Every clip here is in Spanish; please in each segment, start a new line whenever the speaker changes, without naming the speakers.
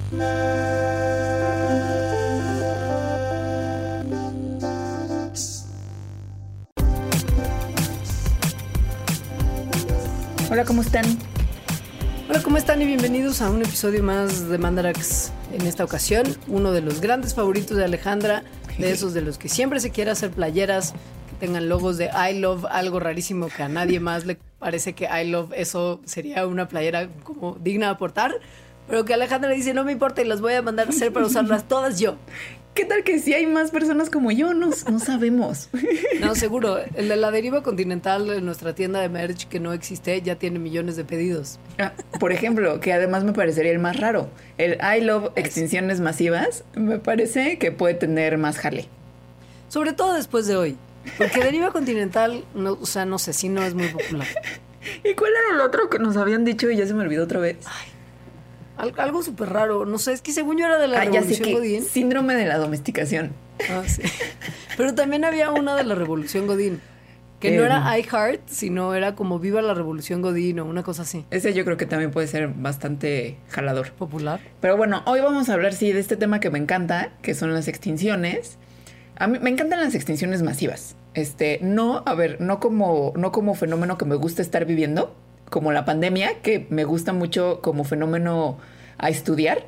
Hola, ¿cómo están?
Hola, ¿cómo están? Y bienvenidos a un episodio más de Mandarax. En esta ocasión, uno de los grandes favoritos de Alejandra, de esos de los que siempre se quiere hacer playeras que tengan logos de I love, algo rarísimo que a nadie más le parece que I love, eso sería una playera como digna de aportar, pero que Alejandra dice no me importa y las voy a mandar a hacer para usarlas todas yo.
¿Qué tal que si hay más personas como yo? No sabemos.
No, seguro. El de la Deriva Continental en nuestra tienda de merch que no existe ya tiene millones de pedidos.
Por ejemplo, que además me parecería el más raro. El I love extinciones masivas me parece que puede tener más jale.
Sobre todo después de hoy. Porque Deriva Continental, no, o sea, no sé, si no es muy popular.
¿Y cuál era el otro que nos habían dicho y ya se me olvidó otra vez?
Ay, algo súper raro. No sé, es que según yo era de la Revolución Godín.
Síndrome de la domesticación.
Ah, sí. Pero también había una de la Revolución Godín. Que no era I Heart, sino era como Viva la Revolución Godín o una cosa así.
Ese yo creo que también puede ser bastante jalador.
Popular.
Pero bueno, hoy vamos a hablar, sí, de este tema que me encanta, que son las extinciones. A mí me encantan las extinciones masivas. No como fenómeno que me gusta estar viviendo, como la pandemia, que me gusta mucho como fenómeno a estudiar,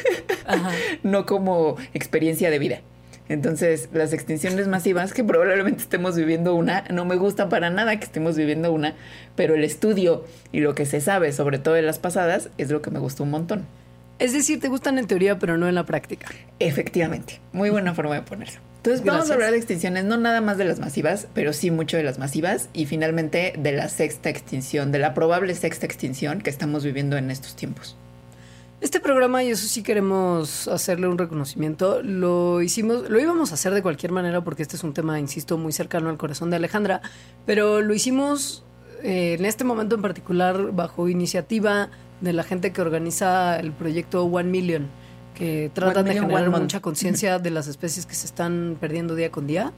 no como experiencia de vida. Entonces, las extinciones masivas, que probablemente estemos viviendo una, no me gusta para nada que estemos viviendo una, pero el estudio y lo que se sabe, sobre todo de las pasadas, es lo que me gustó un montón.
Es decir, te gustan en teoría, pero no en la práctica.
Efectivamente. Muy buena forma de ponerlo. Entonces, vamos a hablar de extinciones, no nada más de las masivas, pero sí mucho de las masivas y finalmente de la sexta extinción, de la probable sexta extinción que estamos viviendo en estos tiempos.
Este programa, y eso sí queremos hacerle un reconocimiento, lo íbamos a hacer de cualquier manera porque este es un tema, insisto, muy cercano al corazón de Alejandra, pero lo hicimos en este momento en particular bajo iniciativa de la gente que organiza el proyecto 1 Million, que tratan de generar mucha conciencia de las especies que se están perdiendo día con día.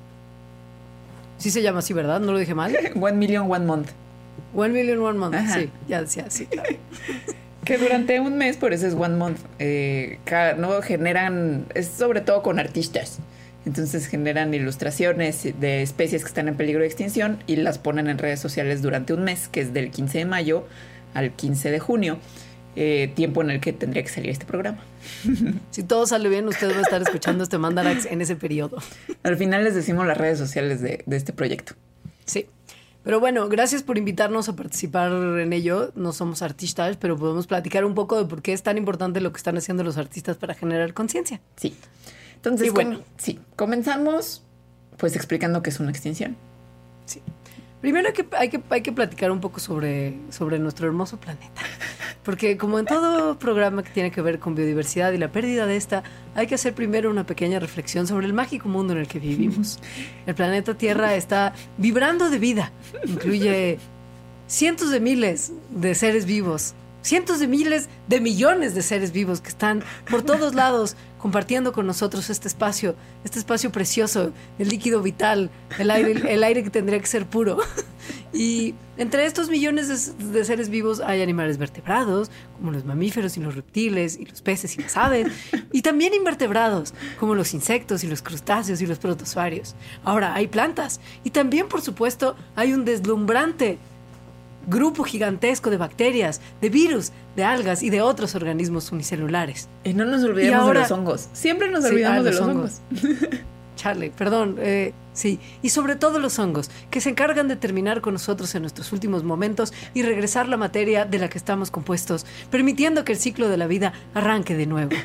Sí se llama así, ¿verdad? ¿No lo dije mal?
1 Million 1 Month.
1 Million 1 Month, sí, ya decía, sí, claro.
Que durante un mes, por eso es 1 Month, no generan, es sobre todo con artistas. Entonces generan ilustraciones de especies que están en peligro de extinción y las ponen en redes sociales durante un mes, que es del 15 de mayo al 15 de junio, tiempo en el que tendría que salir este programa.
Si todo sale bien, usted va a estar escuchando este Mandarax en ese periodo.
Al final les decimos las redes sociales de este proyecto.
Sí. Pero bueno, gracias por invitarnos a participar en ello. No somos artistas, pero podemos platicar un poco de por qué es tan importante lo que están haciendo los artistas para generar conciencia.
Sí. Entonces, bueno, comenzamos pues explicando qué es una extinción.
Sí. Primero hay que platicar un poco sobre nuestro hermoso planeta. Porque como en todo programa que tiene que ver con biodiversidad y la pérdida de esta, hay que hacer primero una pequeña reflexión sobre el mágico mundo en el que vivimos. El planeta Tierra está vibrando de vida. Incluye cientos de miles de seres vivos, cientos de miles de millones de seres vivos que están por todos lados compartiendo con nosotros este espacio precioso, el líquido vital, el aire que tendría que ser puro. Y entre estos millones de seres vivos hay animales vertebrados, como los mamíferos y los reptiles, y los peces y las aves, y también invertebrados, como los insectos y los crustáceos y los protozoarios. Ahora, hay plantas, y también, por supuesto, hay un deslumbrante grupo gigantesco de bacterias, de virus, de algas y de otros organismos unicelulares.
Y no nos olvidemos de los hongos. Siempre nos olvidamos de los hongos.
Charlie, perdón, sí. Y sobre todo los hongos, que se encargan de terminar con nosotros en nuestros últimos momentos y regresar la materia de la que estamos compuestos, permitiendo que el ciclo de la vida arranque de nuevo.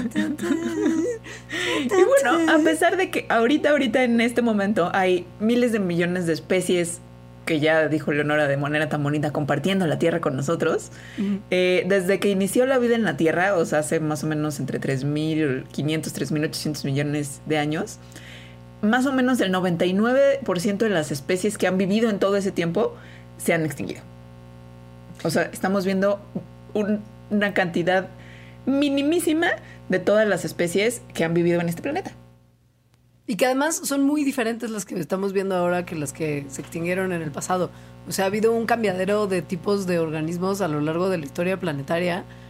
Y bueno, a pesar de que ahorita en este momento hay miles de millones de especies que ya dijo Leonora de manera tan bonita, compartiendo la Tierra con nosotros. Desde que inició la vida en la Tierra, o sea, hace más o menos entre 3.500, 3.800 millones de años, más o menos el 99% de las especies que han vivido en todo ese tiempo se han extinguido. O sea, estamos viendo una cantidad minimísima de todas las especies que han vivido en este planeta.
Y que además son muy diferentes las que estamos viendo ahora que las que se extinguieron en el pasado. O sea, ha habido un cambiadero de tipos de organismos a lo largo de la historia planetaria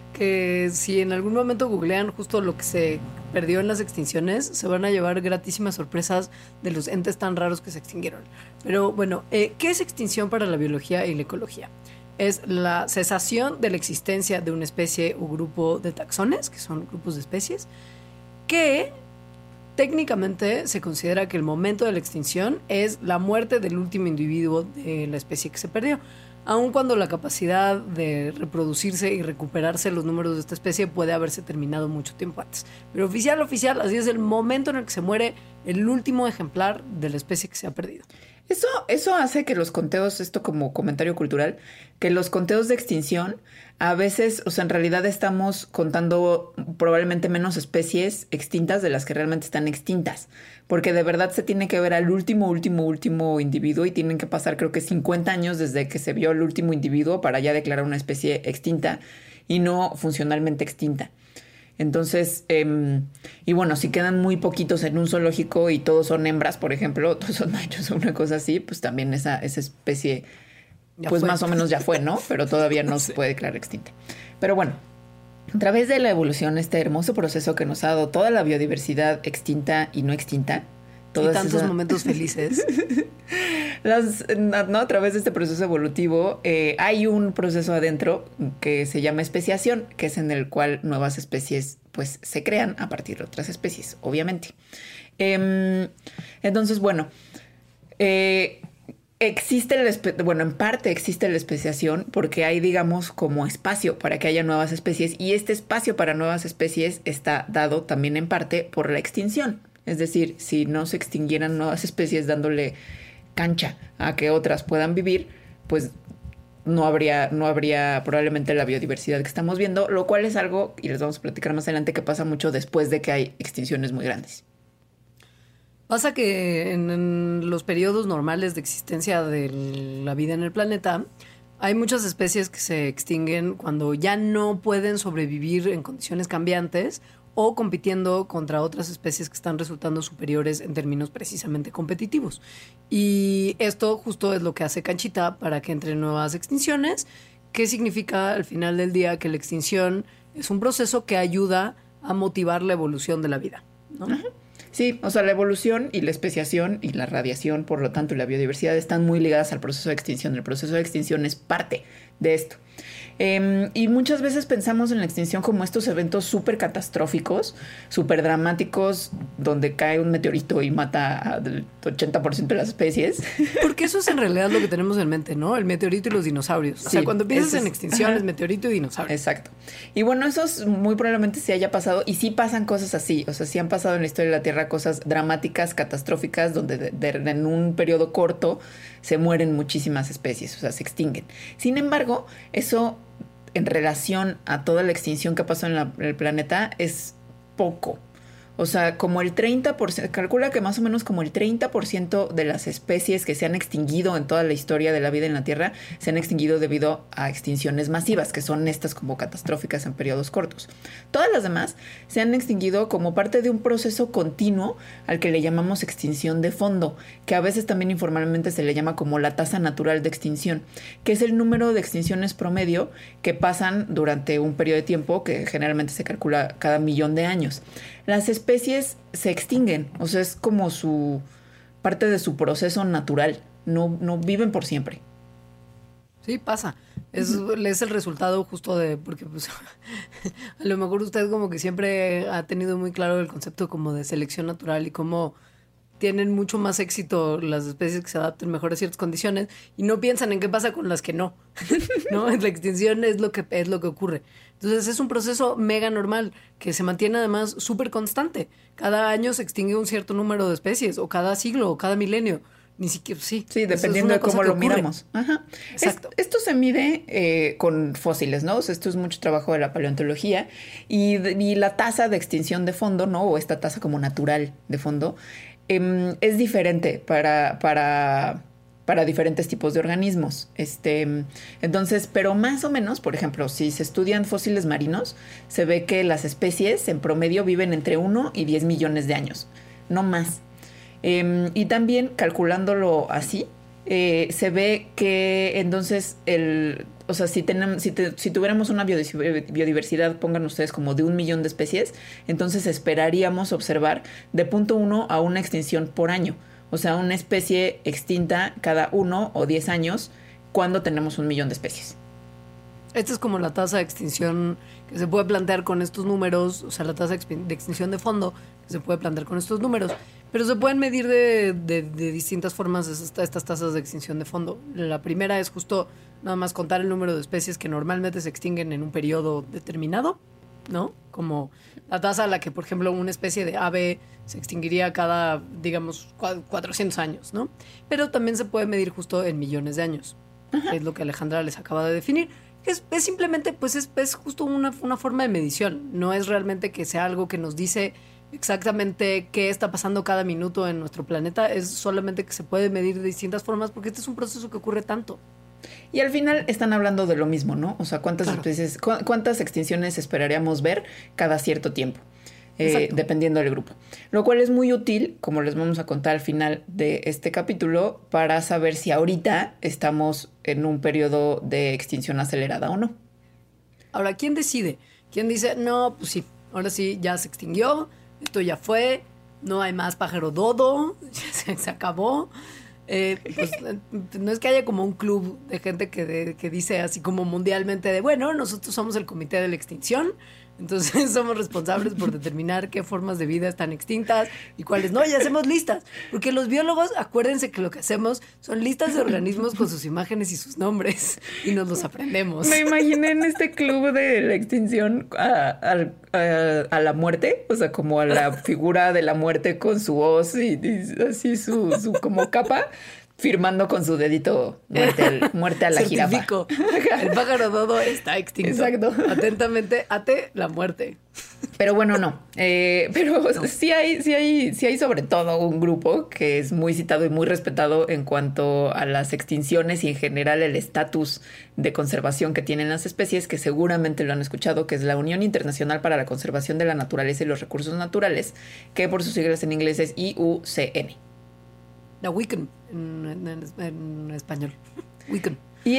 que si en algún momento googlean justo lo que se perdió en las extinciones, se van a llevar gratísimas sorpresas de los entes tan raros que se extinguieron. Pero bueno, ¿qué es extinción para la biología y la ecología? Es la cesación de la existencia de una especie o grupo de taxones, que son grupos de especies, que técnicamente se considera que el momento de la extinción es la muerte del último individuo de la especie que se perdió, aun cuando la capacidad de reproducirse y recuperarse los números de esta especie puede haberse terminado mucho tiempo antes. Pero oficial, así es el momento en el que se muere el último ejemplar de la especie que se ha perdido.
Eso hace que los conteos, esto como comentario cultural, que los conteos de extinción a veces, o sea, en realidad estamos contando probablemente menos especies extintas de las que realmente están extintas, porque de verdad se tiene que ver al último individuo y tienen que pasar creo que 50 años desde que se vio el último individuo para ya declarar una especie extinta y no funcionalmente extinta. Entonces, y bueno, si quedan muy poquitos en un zoológico y todos son hembras, por ejemplo, todos son machos o una cosa así, pues también esa especie, pues más o menos ya fue, ¿no? Pero todavía no se puede declarar extinta. Pero bueno, a través de la evolución, este hermoso proceso que nos ha dado toda la biodiversidad extinta y no extinta,
y tantos momentos felices.
A través de este proceso evolutivo hay un proceso adentro que se llama especiación, que es en el cual nuevas especies pues se crean a partir de otras especies, obviamente. Entonces, bueno, en parte existe la especiación porque hay, digamos, como espacio para que haya nuevas especies, y este espacio para nuevas especies está dado también en parte por la extinción. Es decir, si no se extinguieran nuevas especies dándole cancha a que otras puedan vivir, pues no habría probablemente la biodiversidad que estamos viendo, lo cual es algo, y les vamos a platicar más adelante, que pasa mucho después de que hay extinciones muy grandes.
Pasa que en los periodos normales de existencia de la vida en el planeta, hay muchas especies que se extinguen cuando ya no pueden sobrevivir en condiciones cambiantes o compitiendo contra otras especies que están resultando superiores en términos precisamente competitivos. Y esto justo es lo que hace canchita para que entre nuevas extinciones. ¿Qué significa al final del día? Que la extinción es un proceso que ayuda a motivar la evolución de la vida, ¿no? Ajá.
Sí, o sea, la evolución y la especiación y la radiación, por lo tanto, y la biodiversidad están muy ligadas al proceso de extinción. El proceso de extinción es parte de esto. Y muchas veces pensamos en la extinción como estos eventos súper catastróficos, súper dramáticos, donde cae un meteorito y mata al 80% de las especies.
Porque eso es en realidad lo que tenemos en mente, ¿no? El meteorito y los dinosaurios. O sea, cuando piensas en extinción, es meteorito y dinosaurio.
Exacto. Y bueno, eso muy probablemente sí haya pasado, y sí pasan cosas así. O sea, sí han pasado en la historia de la Tierra cosas dramáticas, catastróficas, donde en un periodo corto se mueren muchísimas especies, o sea, se extinguen. Sin embargo, eso en relación a toda la extinción que pasó en el planeta es poco. O sea, como el 30%, calcula que más o menos como el 30% de las especies que se han extinguido en toda la historia de la vida en la Tierra se han extinguido debido a extinciones masivas, que son estas como catastróficas en periodos cortos. Todas las demás se han extinguido como parte de un proceso continuo al que le llamamos extinción de fondo, que a veces también informalmente se le llama como la tasa natural de extinción, que es el número de extinciones promedio que pasan durante un periodo de tiempo que generalmente se calcula cada 1.000.000 de años. Las especies se extinguen, o sea, es como parte de su proceso natural, no viven por siempre.
Sí, pasa. Es el resultado justo porque pues, a lo mejor usted como que siempre ha tenido muy claro el concepto como de selección natural y cómo tienen mucho más éxito las especies que se adaptan mejor a ciertas condiciones y no piensan en qué pasa con las que no. ¿No? La extinción es lo que ocurre. Entonces es un proceso mega normal que se mantiene además súper constante. Cada año se extingue un cierto número de especies, o cada siglo, o cada milenio. Ni siquiera, sí.
Sí, dependiendo de cómo lo miramos. Ajá.
Exacto.
Esto se mide con fósiles, ¿no? O sea, esto es mucho trabajo de la paleontología y la tasa de extinción de fondo, ¿no? O esta tasa como natural de fondo, es diferente para diferentes tipos de organismos. Entonces, pero más o menos, por ejemplo, si se estudian fósiles marinos, se ve que las especies en promedio viven entre 1 y 10 millones de años, no más. Y también calculándolo así, se ve que entonces o sea, si tuviéramos una biodiversidad, pongan ustedes como de 1 millón de especies, entonces esperaríamos observar de 0.1 a una extinción por año. O sea, una especie extinta cada 1 o 10 años cuando tenemos 1 millón de especies.
Esta es como la tasa de extinción que se puede plantear con estos números, o sea, la tasa de extinción de fondo que se puede plantear con estos números. Pero se pueden medir de distintas formas estas tasas de extinción de fondo. La primera es justo nada más contar el número de especies que normalmente se extinguen en un periodo determinado, ¿no? Como la tasa a la que, por ejemplo, una especie de ave se extinguiría cada, digamos, 400 años, ¿no? Pero también se puede medir justo en millones de años, que es lo que Alejandra les acaba de definir. Es simplemente, pues es justo una forma de medición. No es realmente que sea algo que nos dice exactamente qué está pasando cada minuto en nuestro planeta. Es solamente que se puede medir de distintas formas porque este es un proceso que ocurre tanto.
Y al final están hablando de lo mismo, ¿no? O sea, cuántas extinciones esperaríamos ver cada cierto tiempo, dependiendo del grupo. Lo cual es muy útil, como les vamos a contar al final de este capítulo, para saber si ahorita estamos en un periodo de extinción acelerada o no.
Ahora, ¿quién decide? ¿Quién dice, no, pues sí, ahora sí, ya se extinguió, esto ya fue, no hay más pájaro dodo, ya se acabó? Pues no es que haya como un club de gente que dice así como mundialmente de, bueno, nosotros somos el comité de la extinción, entonces somos responsables por determinar qué formas de vida están extintas y cuáles no, y hacemos listas, porque los biólogos, acuérdense que lo que hacemos son listas de organismos con sus imágenes y sus nombres y nos los aprendemos.
Me imaginé en este club de la extinción a la muerte, o sea, como a la figura de la muerte con su hoz y así su como capa, firmando con su dedito muerte a la jirafa.
El pájaro dodo está extinto.
Exacto.
Atentamente, ate la muerte.
Pero bueno, no. Pero no. Sí hay sobre todo un grupo que es muy citado y muy respetado en cuanto a las extinciones y en general el estatus de conservación que tienen las especies, que seguramente lo han escuchado, que es la Unión Internacional para la Conservación de la Naturaleza y los Recursos Naturales, que por sus siglas en inglés es IUCN.
La Wiccan en español. Wiccan.
Y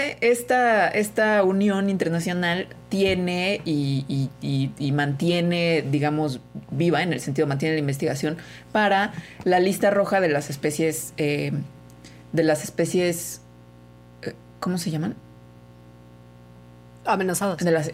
esta unión internacional tiene y mantiene, digamos, viva, en el sentido mantiene la investigación para la lista roja de las especies, ¿cómo se llaman?
Amenazadas.
De las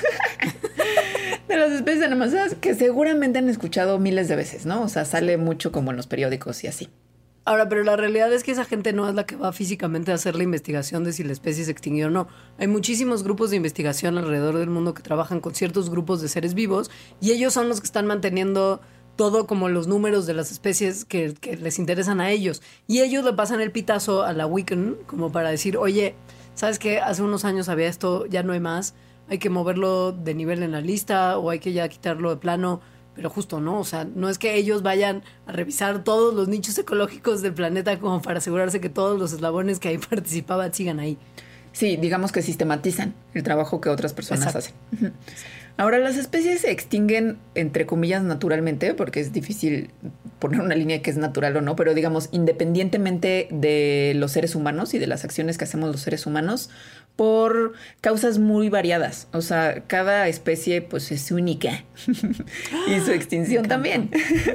especies amenazadas que seguramente han escuchado miles de veces, ¿no? O sea, sale mucho como en los periódicos y así.
Ahora, pero la realidad es que esa gente no es la que va físicamente a hacer la investigación de si la especie se extinguió o no. Hay muchísimos grupos de investigación alrededor del mundo que trabajan con ciertos grupos de seres vivos y ellos son los que están manteniendo todo como los números de las especies que les interesan a ellos. Y ellos le pasan el pitazo a la Wiccan como para decir, oye, ¿sabes qué? Hace unos años había esto, ya no hay más, hay que moverlo de nivel en la lista o hay que ya quitarlo de plano. Pero justo no, o sea, no es que ellos vayan a revisar todos los nichos ecológicos del planeta como para asegurarse que todos los eslabones que ahí participaban sigan ahí.
Sí, digamos que sistematizan el trabajo que otras personas hacen. Ahora, las especies se extinguen, entre comillas, naturalmente, porque es difícil poner una línea que es natural o no, pero digamos, independientemente de los seres humanos y de las acciones que hacemos los seres humanos, por causas muy variadas. O sea, cada especie pues es única y su extinción también.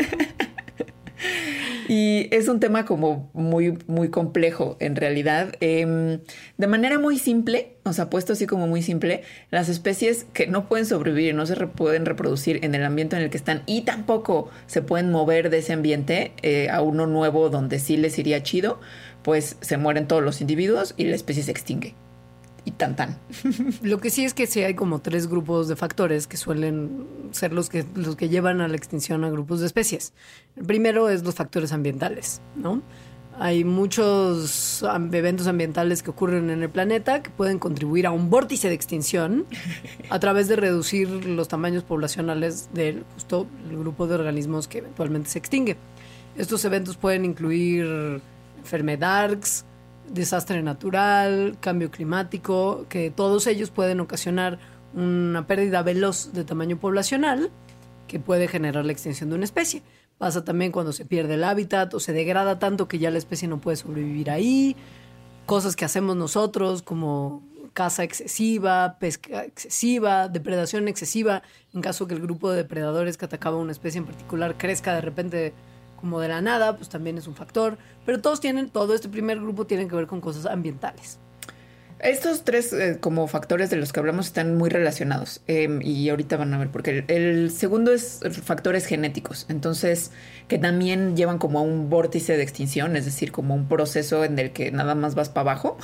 Y es un tema como muy, muy complejo en realidad. De manera muy simple, o sea, puesto así como muy simple, las especies que no pueden sobrevivir, no se pueden reproducir en el ambiente en el que están y tampoco se pueden mover de ese ambiente a uno nuevo donde sí les iría chido, pues se mueren todos los individuos y la especie se extingue. Y tan.
Lo que sí es que sí hay como 3 grupos de factores que suelen ser los que llevan a la extinción a grupos de especies. El primero es los factores ambientales, ¿no? Hay muchos eventos ambientales que ocurren en el planeta que pueden contribuir a un vórtice de extinción a través de reducir los tamaños poblacionales del justo el grupo de organismos que eventualmente se extingue. Estos eventos pueden incluir enfermedades, desastre natural, cambio climático, que todos ellos pueden ocasionar una pérdida veloz de tamaño poblacional que puede generar la extinción de una especie. Pasa también cuando se pierde el hábitat o se degrada tanto que ya la especie no puede sobrevivir ahí. Cosas que hacemos nosotros como caza excesiva, pesca excesiva, depredación excesiva, en caso que el grupo de depredadores que atacaba una especie en particular crezca de repente como de la nada, pues también es un factor. Pero todo este primer grupo tienen que ver con cosas ambientales.
Estos tres como factores de los que hablamos están muy relacionados y ahorita van a ver porque el segundo es factores genéticos, entonces que también llevan como a un vórtice de extinción, es decir, como un proceso en el que nada más vas para abajo.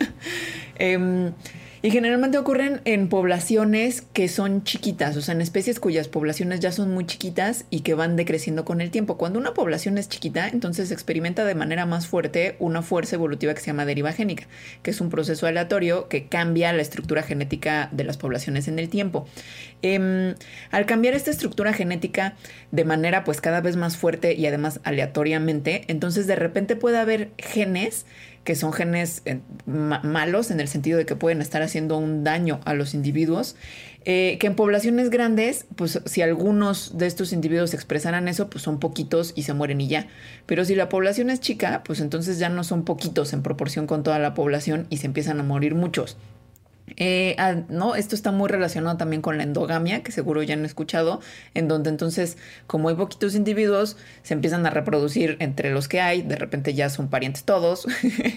Y generalmente ocurren en poblaciones que son chiquitas, o sea, en especies cuyas poblaciones ya son muy chiquitas y que van decreciendo con el tiempo. Cuando una población es chiquita, entonces experimenta de manera más fuerte una fuerza evolutiva que se llama deriva génica, que es un proceso aleatorio que cambia la estructura genética de las poblaciones en el tiempo. Al cambiar esta estructura genética de manera pues cada vez más fuerte y además aleatoriamente, entonces de repente puede haber genes que son genes malos en el sentido de que pueden estar haciendo un daño a los individuos, que en poblaciones grandes, pues si algunos de estos individuos expresaran eso, pues son poquitos y se mueren y ya. Pero si la población es chica, pues entonces ya no son poquitos en proporción con toda la población y se empiezan a morir muchos. ¿No? Esto está muy relacionado también con la endogamia, que seguro ya han escuchado, en donde entonces, como hay poquitos individuos, se empiezan a reproducir entre los que hay, de repente ya son parientes todos.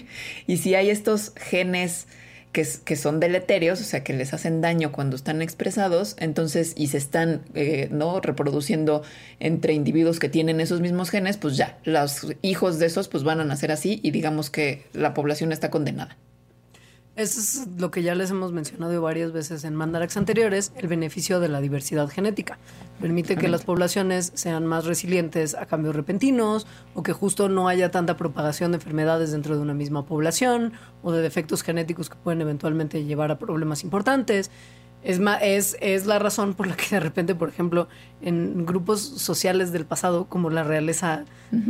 Y si hay estos genes que son deleterios, o sea, que les hacen daño cuando están expresados, entonces, y se están ¿no? reproduciendo entre individuos que tienen esos mismos genes, pues ya, los hijos de esos pues van a nacer así y digamos que la población está condenada.
Eso es lo que ya les hemos mencionado varias veces en Mandarax anteriores, el beneficio de la diversidad genética. Permite que las poblaciones sean más resilientes a cambios repentinos o que justo no haya tanta propagación de enfermedades dentro de una misma población o de defectos genéticos que pueden eventualmente llevar a problemas importantes. Es la razón por la que de repente, por ejemplo, en grupos sociales del pasado, como la realeza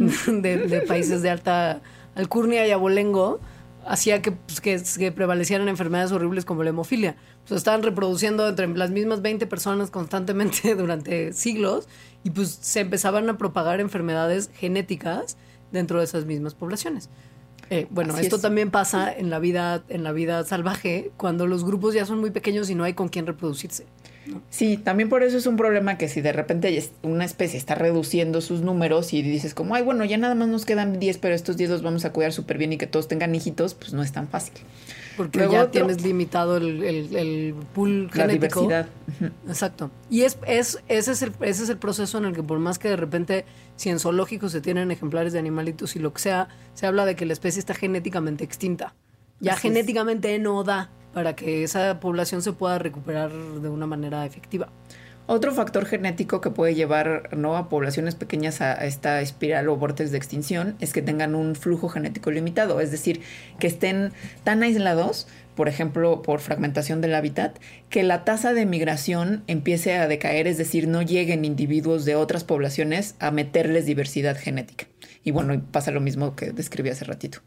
de países de alta alcurnia y abolengo, hacía que prevalecieran enfermedades horribles como la hemofilia. Pues estaban reproduciendo entre las mismas 20 personas constantemente durante siglos y pues se empezaban a propagar enfermedades genéticas dentro de esas mismas poblaciones. Esto también pasa en la vida salvaje cuando los grupos ya son muy pequeños y no hay con quién reproducirse, ¿no?
Sí, también por eso es un problema que si de repente una especie está reduciendo sus números y dices como, ay, bueno, ya nada más nos quedan 10, pero estos 10 los vamos a cuidar súper bien y que todos tengan hijitos, pues no es tan fácil.
Porque luego ya tienes limitado el pool genético. La
diversidad.
Exacto. Y ese es el proceso en el que por más que de repente, si en zoológicos se tienen ejemplares de animalitos y lo que sea, se habla de que la especie está genéticamente extinta. Ya así genéticamente no da para que esa población se pueda recuperar de una manera efectiva.
Otro factor genético que puede llevar, ¿no?, a poblaciones pequeñas a esta espiral o vórtice de extinción es que tengan un flujo genético limitado, es decir, que estén tan aislados, por ejemplo, por fragmentación del hábitat, que la tasa de migración empiece a decaer, es decir, no lleguen individuos de otras poblaciones a meterles diversidad genética. Y bueno, pasa lo mismo que describí hace ratito.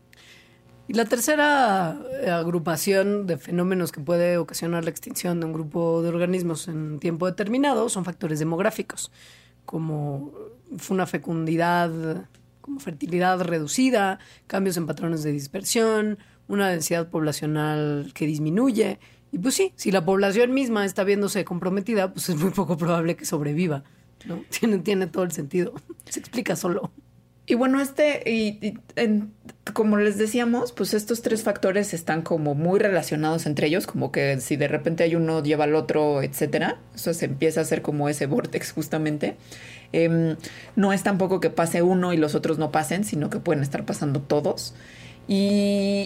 Y la tercera agrupación de fenómenos que puede ocasionar la extinción de un grupo de organismos en tiempo determinado son factores demográficos, como una fecundidad, como fertilidad reducida, cambios en patrones de dispersión, una densidad poblacional que disminuye. Y pues sí, si la población misma está viéndose comprometida, pues es muy poco probable que sobreviva, ¿no? Tiene todo el sentido. Se explica solo.
Y bueno, como les decíamos, pues estos tres factores están como muy relacionados entre ellos, como que si de repente hay uno lleva al otro, etcétera. Eso se empieza a hacer como ese vortex justamente. No es tampoco que pase uno y los otros no pasen, sino que pueden estar pasando todos. Y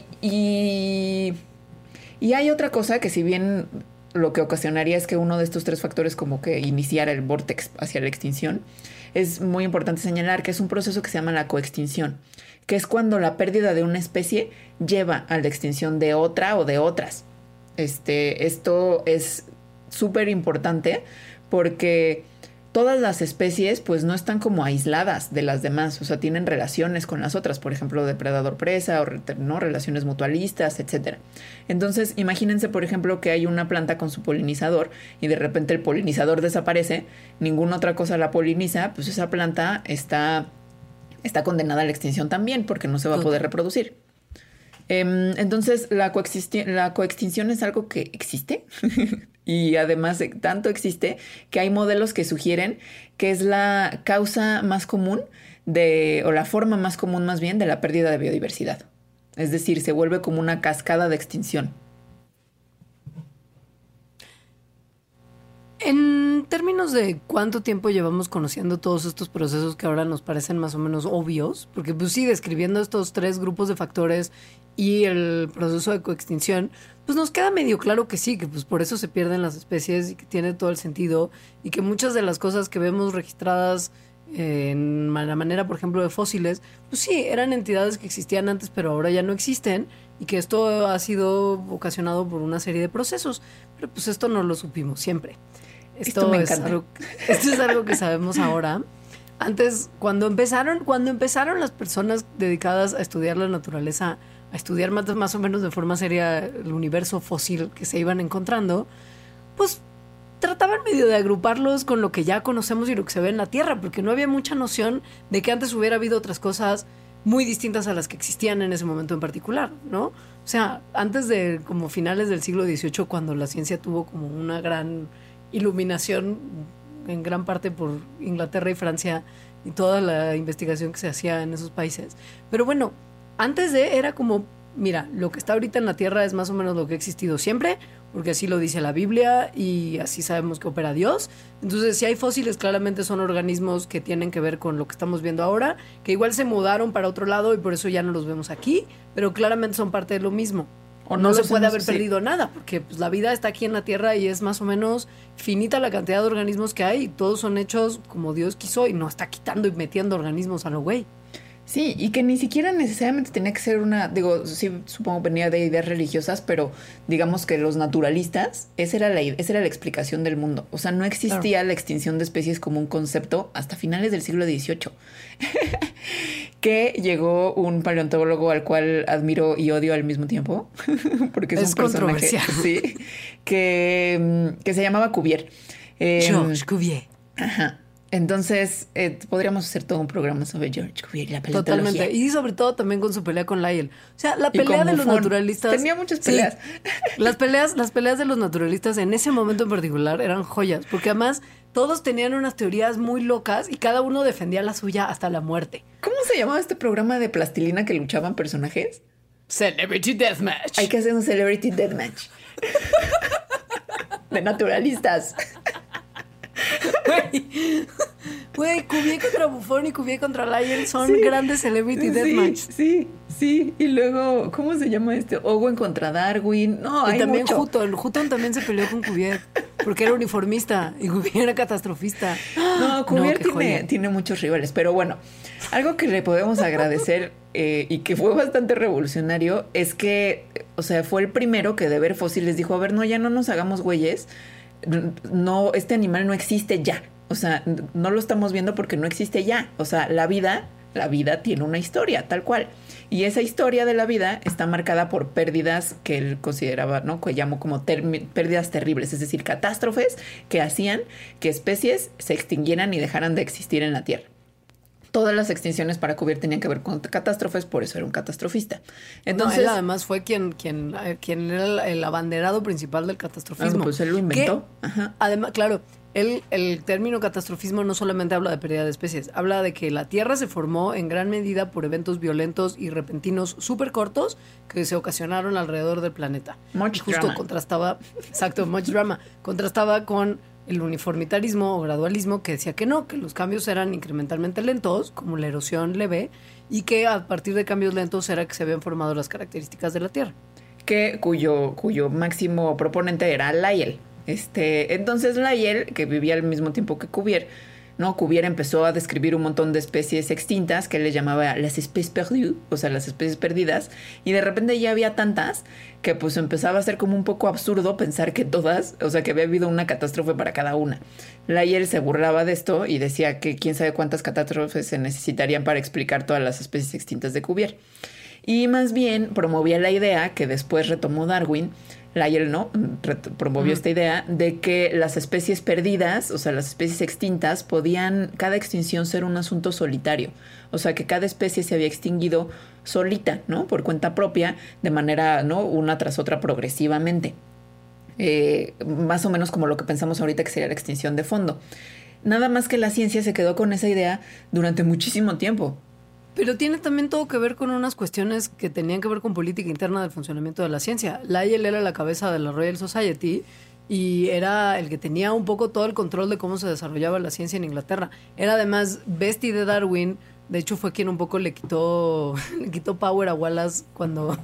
hay otra cosa que si bien lo que ocasionaría es que uno de estos tres factores como que iniciara el vortex hacia la extinción, es muy importante señalar que es un proceso que se llama la coextinción, que es cuando la pérdida de una especie lleva a la extinción de otra o de otras. Esto es súper importante porque todas las especies pues no están como aisladas de las demás, o sea, tienen relaciones con las otras, por ejemplo, depredador-presa o ¿no? relaciones mutualistas, etcétera. Entonces, imagínense, por ejemplo, que hay una planta con su polinizador y de repente el polinizador desaparece, ninguna otra cosa la poliniza, pues esa planta está condenada a la extinción también porque no se va a poder reproducir. Entonces, la coextinción es algo que existe y además tanto existe que hay modelos que sugieren que es la causa más común o la forma más común más bien de la pérdida de biodiversidad. Es decir, se vuelve como una cascada de extinción.
En términos de cuánto tiempo llevamos conociendo todos estos procesos que ahora nos parecen más o menos obvios, porque pues sí, describiendo estos 3 grupos de factores y el proceso de coextinción, pues nos queda medio claro que sí, que pues por eso se pierden las especies y que tiene todo el sentido y que muchas de las cosas que vemos registradas en la manera, por ejemplo, de fósiles, pues sí, eran entidades que existían antes pero ahora ya no existen y que esto ha sido ocasionado por una serie de procesos, pero pues esto no lo supimos siempre.
Esto me encanta.
Esto es algo que sabemos ahora. Antes, cuando empezaron las personas dedicadas a estudiar la naturaleza, a estudiar más o menos de forma seria el universo fósil que se iban encontrando, pues trataban medio de agruparlos con lo que ya conocemos y lo que se ve en la Tierra, porque no había mucha noción de que antes hubiera habido otras cosas muy distintas a las que existían en ese momento en particular, ¿no? O sea, antes de como finales del siglo XVIII, cuando la ciencia tuvo como una gran iluminación en gran parte por Inglaterra y Francia y toda la investigación que se hacía en esos países. Pero bueno, antes de era como, mira, lo que está ahorita en la Tierra es más o menos lo que ha existido siempre, porque así lo dice la Biblia y así sabemos que opera Dios. Entonces, si hay fósiles, claramente son organismos que tienen que ver con lo que estamos viendo ahora, que igual se mudaron para otro lado y por eso ya no los vemos aquí, pero claramente son parte de lo mismo. O no se puede haber perdido nada, porque pues, la vida está aquí en la Tierra y es más o menos finita la cantidad de organismos que hay y todos son hechos como Dios quiso y no está quitando y metiendo organismos a lo güey.
Sí, y que ni siquiera necesariamente tenía que ser sí, supongo venía de ideas religiosas, pero digamos que los naturalistas, esa era la explicación del mundo. O sea, no existía la extinción de especies como un concepto hasta finales del siglo XVIII. Que llegó un paleontólogo al cual admiro y odio al mismo tiempo, porque es un personaje, sí, que se llamaba Cuvier.
Georges Cuvier.
Ajá. Entonces, podríamos hacer todo un programa sobre George Cuvier y la paleontología.
Totalmente. Y sobre todo también con su pelea con Lyell. O sea, la pelea de los naturalistas...
Tenía muchas peleas.
Sí, las peleas de los naturalistas en ese momento en particular eran joyas. Porque además todos tenían unas teorías muy locas y cada uno defendía la suya hasta la muerte.
¿Cómo se llamaba este programa de plastilina que luchaban personajes?
Celebrity Deathmatch.
Hay que hacer un Celebrity Deathmatch. De naturalistas.
Güey, Cuvier contra Buffon y Cuvier contra Lyell son grandes Celebrity Deathmatch.
Sí. Y luego, ¿cómo se llama este? Owen contra Darwin. No,
y
hay
también
mucho.
Hutton también se peleó con Cuvier porque era uniformista y Cuvier era catastrofista.
No, Cuvier tiene muchos rivales. Pero bueno, algo que le podemos agradecer y que fue bastante revolucionario es que, o sea, fue el primero que de ver fósiles dijo, a ver, no, ya no nos hagamos güeyes. No, este animal no existe ya. O sea, no lo estamos viendo porque no existe ya. O sea, la vida tiene una historia, tal cual. Y esa historia de la vida está marcada por pérdidas que él consideraba, ¿no? Que llamó como pérdidas terribles, es decir, catástrofes que hacían que especies se extinguieran y dejaran de existir en la Tierra. Todas las extinciones para Cuvier tenían que ver con catástrofes, por eso era un catastrofista. Entonces,
él además fue quien era el abanderado principal del catastrofismo.
Pues él lo inventó. Ajá.
Además, claro, el término catastrofismo no solamente habla de pérdida de especies, habla de que la Tierra se formó en gran medida por eventos violentos y repentinos súper cortos que se ocasionaron alrededor del planeta.
Much
justo
drama.
Much drama. Contrastaba con el uniformitarismo o gradualismo que decía que no, que los cambios eran incrementalmente lentos, como la erosión leve, y que a partir de cambios lentos era que se habían formado las características de la Tierra.
Cuyo máximo proponente era Lyell. Entonces Lyell, que vivía al mismo tiempo que Cuvier, ¿no? Cuvier empezó a describir un montón de especies extintas que él le llamaba las especies perdues, o sea, las especies perdidas, y de repente ya había tantas que pues empezaba a ser como un poco absurdo pensar que todas, o sea, que había habido una catástrofe para cada una. Lyell se burlaba de esto y decía que quién sabe cuántas catástrofes se necesitarían para explicar todas las especies extintas de Cuvier. Y más bien promovía la idea que después retomó Darwin, Lyell, ¿no? Promovió esta idea de que las especies perdidas, o sea, las especies extintas, podían cada extinción ser un asunto solitario. O sea, que cada especie se había extinguido solita, ¿no? Por cuenta propia, de manera, ¿no? Una tras otra progresivamente. Más o menos como lo que pensamos ahorita que sería la extinción de fondo. Nada más que la ciencia se quedó con esa idea durante muchísimo tiempo.
Pero tiene también todo que ver con unas cuestiones que tenían que ver con política interna del funcionamiento de la ciencia. Lyell era la cabeza de la Royal Society y era el que tenía un poco todo el control de cómo se desarrollaba la ciencia en Inglaterra. Era además bestie de Darwin. De hecho, fue quien un poco le quitó power a Wallace cuando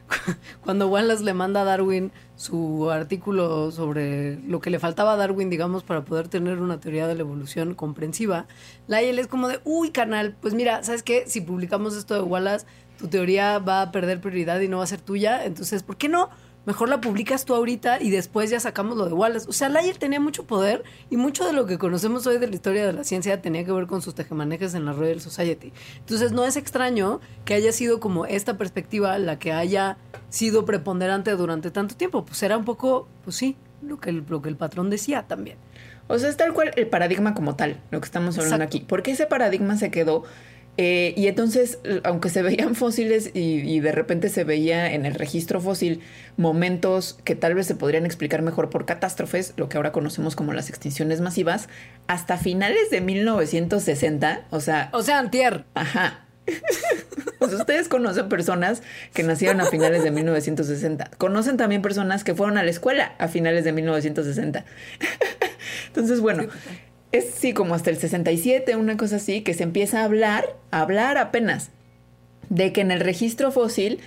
Wallace le manda a Darwin su artículo sobre lo que le faltaba a Darwin, digamos, para poder tener una teoría de la evolución comprensiva. Lyell es como de, uy, carnal, pues mira, ¿sabes qué? Si publicamos esto de Wallace, tu teoría va a perder prioridad y no va a ser tuya. Entonces, ¿por qué no? Mejor la publicas tú ahorita y después ya sacamos lo de Wallace. O sea, Lyell tenía mucho poder y mucho de lo que conocemos hoy de la historia de la ciencia tenía que ver con sus tejemanejes en la Royal Society. Entonces no es extraño que haya sido como esta perspectiva la que haya sido preponderante durante tanto tiempo. Pues era un poco, pues sí, lo que el patrón decía también.
O sea, es tal cual el paradigma como tal, lo que estamos hablando aquí. Porque ese paradigma se quedó... y entonces, aunque se veían fósiles y de repente se veía en el registro fósil momentos que tal vez se podrían explicar mejor por catástrofes, lo que ahora conocemos como las extinciones masivas, hasta finales de 1960, o sea,
antier.
Ajá. Pues ustedes conocen personas que nacieron a finales de 1960. Conocen también personas que fueron a la escuela a finales de 1960. Entonces, bueno... Es sí, como hasta el 67, una cosa así, que se empieza a hablar apenas de que en el registro fósil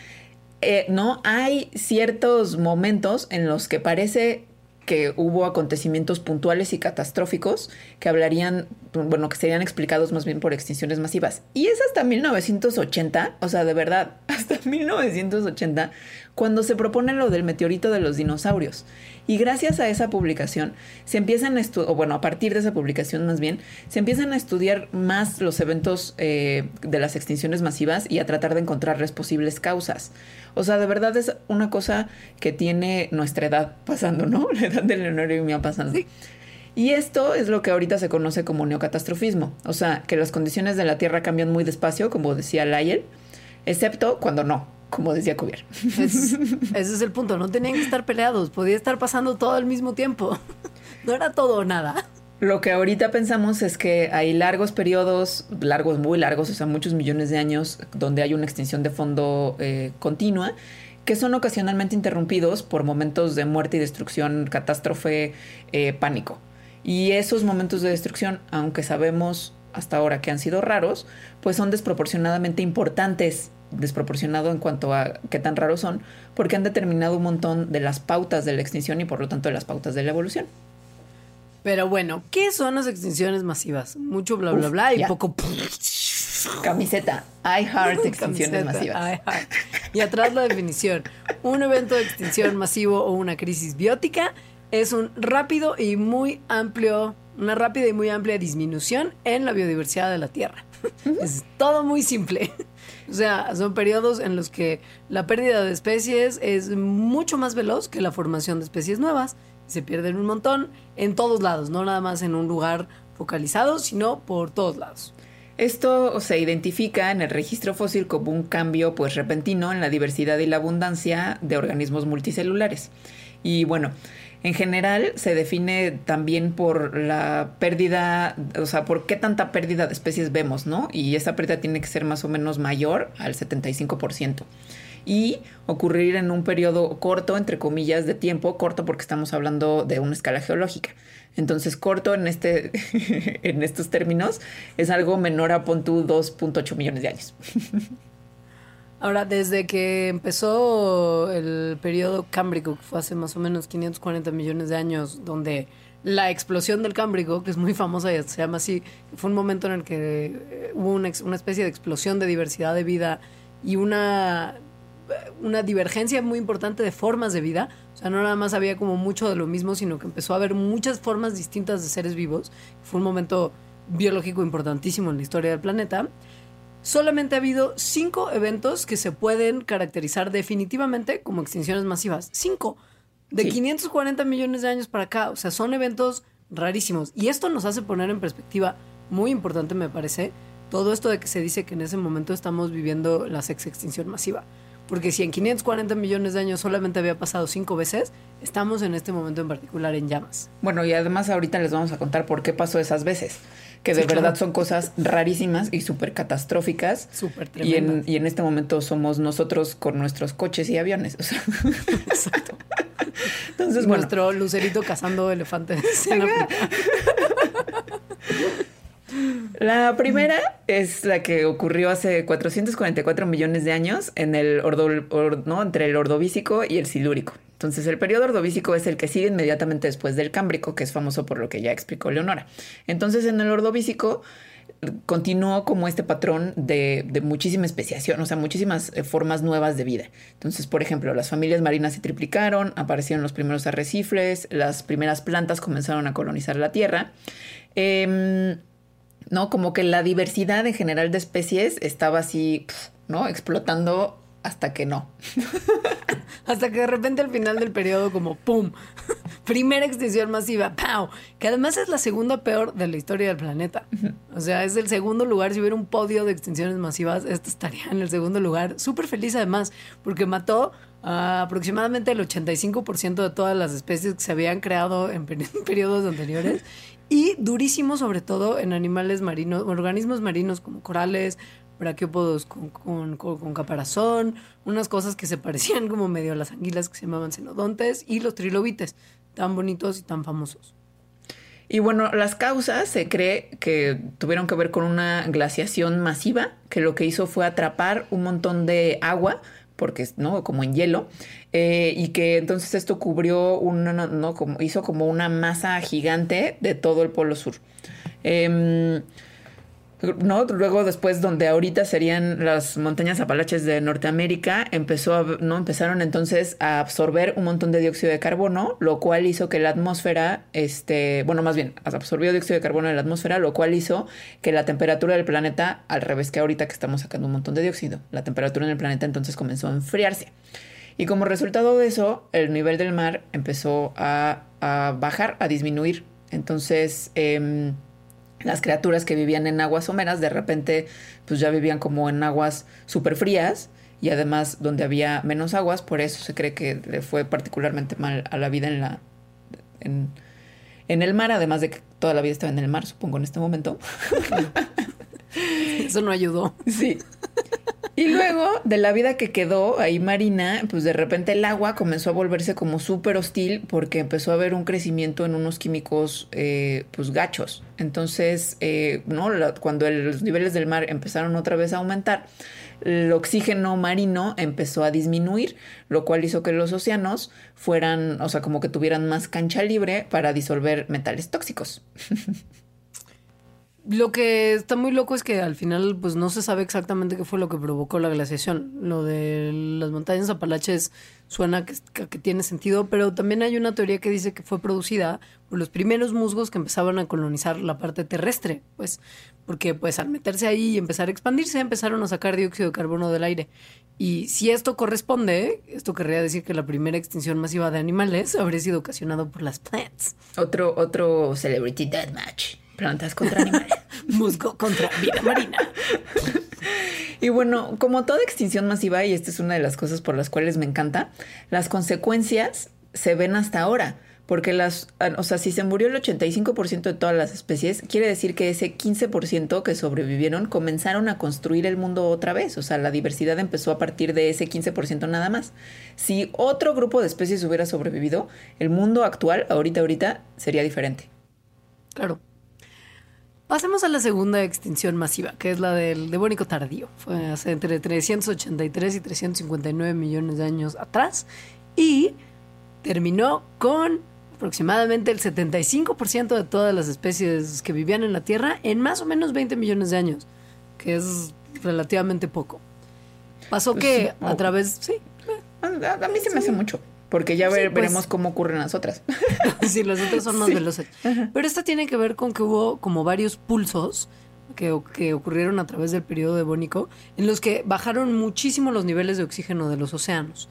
no hay ciertos momentos en los que parece que hubo acontecimientos puntuales y catastróficos que hablarían, bueno, que serían explicados más bien por extinciones masivas. Y es hasta 1980, o sea, de verdad, hasta 1980, cuando se propone lo del meteorito de los dinosaurios. Y gracias a esa publicación se empiezan a estudiar, o bueno, a partir de esa publicación más bien, se empiezan a estudiar más los eventos de las extinciones masivas y a tratar de encontrarles posibles causas. O sea, de verdad es una cosa que tiene nuestra edad pasando, ¿no? La edad de Leonardo y mía pasando. Sí. Y esto es lo que ahorita se conoce como neocatastrofismo. O sea, que las condiciones de la Tierra cambian muy despacio, como decía Lyell, excepto cuando no, como decía Cuvier.
Ese es el punto. No tenían que estar peleados. Podía estar pasando todo al mismo tiempo. No era todo o nada.
Lo que ahorita pensamos es que hay largos periodos, largos, muy largos, o sea, muchos millones de años, donde hay una extinción de fondo continua, que son ocasionalmente interrumpidos por momentos de muerte y destrucción, catástrofe, pánico. Y esos momentos de destrucción, aunque sabemos hasta ahora que han sido raros, pues son desproporcionadamente importantes, desproporcionado en cuanto a qué tan raros son, porque han determinado un montón de las pautas de la extinción y por lo tanto de las pautas de la evolución.
Pero bueno, ¿qué son las extinciones masivas? Mucho bla, bla, bla y poco...
Camiseta. I heart extinciones masivas.
I heart. Y atrás la definición. Un evento de extinción masivo o una crisis biótica es una rápida y muy amplia disminución en la biodiversidad de la Tierra. Es todo muy simple. O sea, son periodos en los que la pérdida de especies es mucho más veloz que la formación de especies nuevas. Se pierden un montón en todos lados, no nada más en un lugar focalizado, sino por todos lados.
Esto se identifica en el registro fósil como un cambio pues repentino en la diversidad y la abundancia de organismos multicelulares. Y bueno, en general se define también por la pérdida, o sea, por qué tanta pérdida de especies vemos, ¿no? Y esa pérdida tiene que ser más o menos mayor al 75%. Y ocurrir en un periodo corto, entre comillas, de tiempo, corto porque estamos hablando de una escala geológica. Entonces, corto en en estos términos es algo menor a, pon tú, 2.8 millones de años.
Ahora, desde que empezó el periodo cámbrico, que fue hace más o menos 540 millones de años, donde la explosión del Cámbrico, que es muy famosa y se llama así, fue un momento en el que hubo una especie de explosión de diversidad de vida y una divergencia muy importante de formas de vida. O sea, no nada más había como mucho de lo mismo, sino que empezó a haber muchas formas distintas de seres vivos. Fue un momento biológico importantísimo en la historia del planeta. Solamente ha habido 5 eventos que se pueden caracterizar definitivamente como extinciones masivas. 5. De
Sí.
540 millones de años para acá. O sea, son eventos rarísimos. Y esto nos hace poner en perspectiva, muy importante me parece, todo esto de que se dice que en ese momento estamos viviendo la sexta extinción masiva. Porque si en 540 millones de años solamente había pasado 5 veces, estamos en este momento en particular en llamas.
Bueno, y además ahorita les vamos a contar por qué pasó esas veces. Que de
Sí,
verdad
claro.
son cosas rarísimas y súper catastróficas.
Súper
Y
tremendas.
y en este momento somos nosotros con nuestros coches y aviones. O sea,
Exacto.
entonces, bueno.
Nuestro lucerito cazando elefantes en África.
La primera es la que ocurrió hace 444 millones de años en el ¿no? entre el Ordovícico y el Silúrico. Entonces, el periodo Ordovícico es el que sigue inmediatamente después del Cámbrico, que es famoso por lo que ya explicó Leonora. Entonces, en el Ordovícico continuó como este patrón de muchísima especiación, o sea, muchísimas formas nuevas de vida. Entonces, por ejemplo, las familias marinas se triplicaron, aparecieron los primeros arrecifes, las primeras plantas comenzaron a colonizar la Tierra. ¿No? Como que la diversidad en general de especies estaba así, ¿no? Explotando hasta que no.
Hasta que de repente al final del periodo como ¡pum! Primera extinción masiva, ¡pau! Que además es la segunda peor de la historia del planeta. O sea, es el segundo lugar. Si hubiera un podio de extinciones masivas, esta estaría en el segundo lugar. Súper feliz además, porque mató a aproximadamente el 85% de todas las especies que se habían creado en periodos anteriores. Y durísimo sobre todo en animales marinos, organismos marinos como corales, braquiópodos con caparazón, unas cosas que se parecían como medio a las anguilas que se llamaban cenodontes, y los trilobites, tan bonitos y tan famosos.
Y bueno, las causas se cree que tuvieron que ver con una glaciación masiva, que lo que hizo fue atrapar un montón de agua, porque ¿no? Como en hielo, y que entonces esto cubrió hizo como una masa gigante de todo el Polo Sur. ¿No? Luego después donde ahorita serían las montañas Apalaches de Norteamérica, empezaron entonces a absorber un montón de dióxido de carbono, lo cual hizo que la atmósfera, más bien, absorbió dióxido de carbono de la atmósfera, lo cual hizo que la temperatura del planeta, al revés que ahorita que estamos sacando un montón de dióxido, la temperatura en el planeta entonces comenzó a enfriarse. Y como resultado de eso, el nivel del mar empezó a bajar, a disminuir. Entonces, las criaturas que vivían en aguas someras de repente pues ya vivían como en aguas súper frías y además donde había menos aguas, por eso se cree que le fue particularmente mal a la vida en el mar, además de que toda la vida estaba en el mar, supongo, en este momento.
Eso no ayudó.
Sí. Y luego, de la vida que quedó ahí marina, pues de repente el agua comenzó a volverse como súper hostil porque empezó a haber un crecimiento en unos químicos pues gachos. Entonces, cuando los niveles del mar empezaron otra vez a aumentar, el oxígeno marino empezó a disminuir, lo cual hizo que los océanos fueran, o sea, como que tuvieran más cancha libre para disolver metales tóxicos.
Lo que está muy loco es que al final pues no se sabe exactamente qué fue lo que provocó la glaciación. Lo de las montañas Apalaches suena que tiene sentido, pero también hay una teoría que dice que fue producida por los primeros musgos que empezaban a colonizar la parte terrestre, pues porque pues al meterse ahí y empezar a expandirse empezaron a sacar dióxido de carbono del aire. Y si esto corresponde, esto querría decir que la primera extinción masiva de animales habría sido ocasionada por las plants.
Otro Celebrity Deathmatch. Plantas contra animales.
Musgo contra vida marina.
Y bueno, como toda extinción masiva, y esta es una de las cosas por las cuales me encanta, las consecuencias se ven hasta ahora. Porque si se murió el 85% de todas las especies, quiere decir que ese 15% que sobrevivieron comenzaron a construir el mundo otra vez. O sea, la diversidad empezó a partir de ese 15% nada más. Si otro grupo de especies hubiera sobrevivido, el mundo actual, ahorita, sería diferente.
Claro. Pasemos a la segunda extinción masiva, que es la del Devónico tardío. Fue hace entre 383 y 359 millones de años atrás y terminó con aproximadamente el 75% de todas las especies que vivían en la Tierra en más o menos 20 millones de años, que es relativamente poco. Pasó
Pues
que
sí,
a través... Sí.
A mí se me hace mucho. Porque ya veremos cómo ocurren las otras.
Sí, las otras son más veloces. Pero esta tiene que ver con que hubo como varios pulsos que ocurrieron a través del periodo devónico en los que bajaron muchísimo los niveles de oxígeno de los océanos.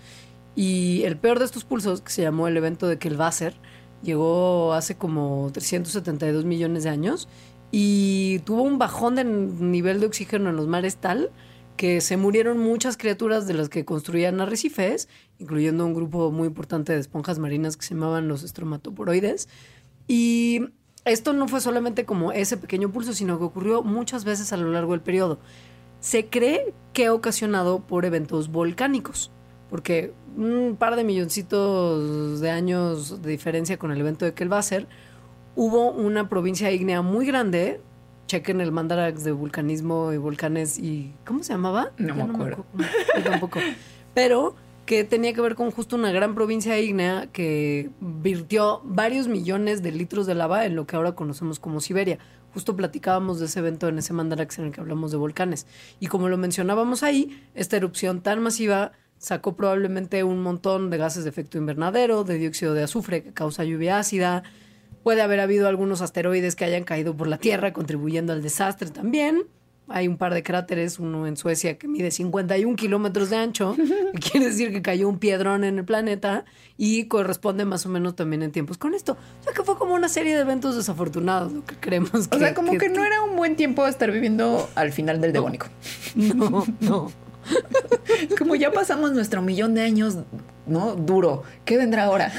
Y el peor de estos pulsos, que se llamó el evento de Kälbásser, llegó hace como 372 millones de años y tuvo un bajón de nivel de oxígeno en los mares tal que se murieron muchas criaturas de las que construían arrecifes, incluyendo un grupo muy importante de esponjas marinas que se llamaban los estromatoporoides. Y esto no fue solamente como ese pequeño pulso, sino que ocurrió muchas veces a lo largo del periodo. Se cree que ocasionado por eventos volcánicos, porque un par de milloncitos de años de diferencia con el evento de Kälbásser, hubo una provincia ígnea muy grande. Chequen el Mandarax de vulcanismo y volcanes y... ¿Cómo se llamaba?
No me acuerdo.
Yo tampoco. Pero que tenía que ver con justo una gran provincia ígnea que virtió varios millones de litros de lava en lo que ahora conocemos como Siberia. Justo platicábamos de ese evento en ese Mandarax en el que hablamos de volcanes. Y como lo mencionábamos ahí, esta erupción tan masiva sacó probablemente un montón de gases de efecto invernadero, de dióxido de azufre que causa lluvia ácida. Puede haber habido algunos asteroides que hayan caído por la Tierra, contribuyendo al desastre también. Hay un par de cráteres, uno en Suecia que mide 51 kilómetros de ancho, que quiere decir que cayó un piedrón en el planeta y corresponde más o menos también en tiempos con esto. O sea que fue como una serie de eventos desafortunados, lo que creemos que...
O sea, como que no era un buen tiempo estar viviendo al final del Devónico.
No.
Como ya pasamos nuestro 1,000,000 de años, ¿no? Duro. ¿Qué vendrá ahora?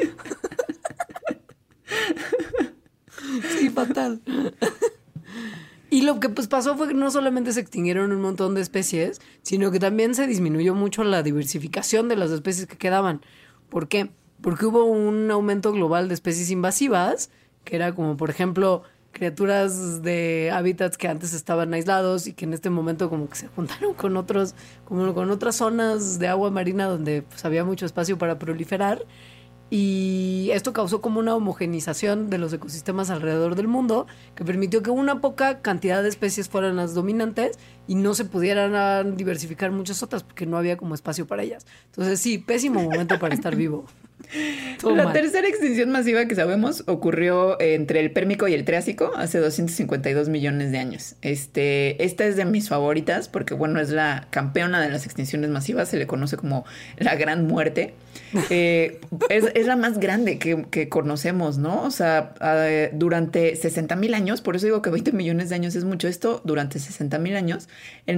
Sí, fatal. Y lo que pues pasó fue que no solamente se extinguieron un montón de especies, sino que también se disminuyó mucho la diversificación de las especies que quedaban. ¿Por qué? Porque hubo un aumento global de especies invasivas, que era como, por ejemplo, criaturas de hábitats que antes estaban aislados y que en este momento como que se juntaron con otros, como con otras zonas de agua marina donde pues había mucho espacio para proliferar. Y esto causó como una homogenización de los ecosistemas alrededor del mundo que permitió que una poca cantidad de especies fueran las dominantes y no se pudieran diversificar muchas otras porque no había como espacio para ellas. Entonces sí, pésimo momento para estar vivo.
La tercera extinción masiva que sabemos ocurrió entre el Pérmico y el Triásico hace 252 millones de años. Esta es de mis favoritas porque, bueno, es la campeona de las extinciones masivas, se le conoce como la Gran Muerte. Es la más grande que conocemos, ¿no? O sea, durante 60,000 años, por eso digo que 20 millones de años es mucho esto, durante 60,000 años, el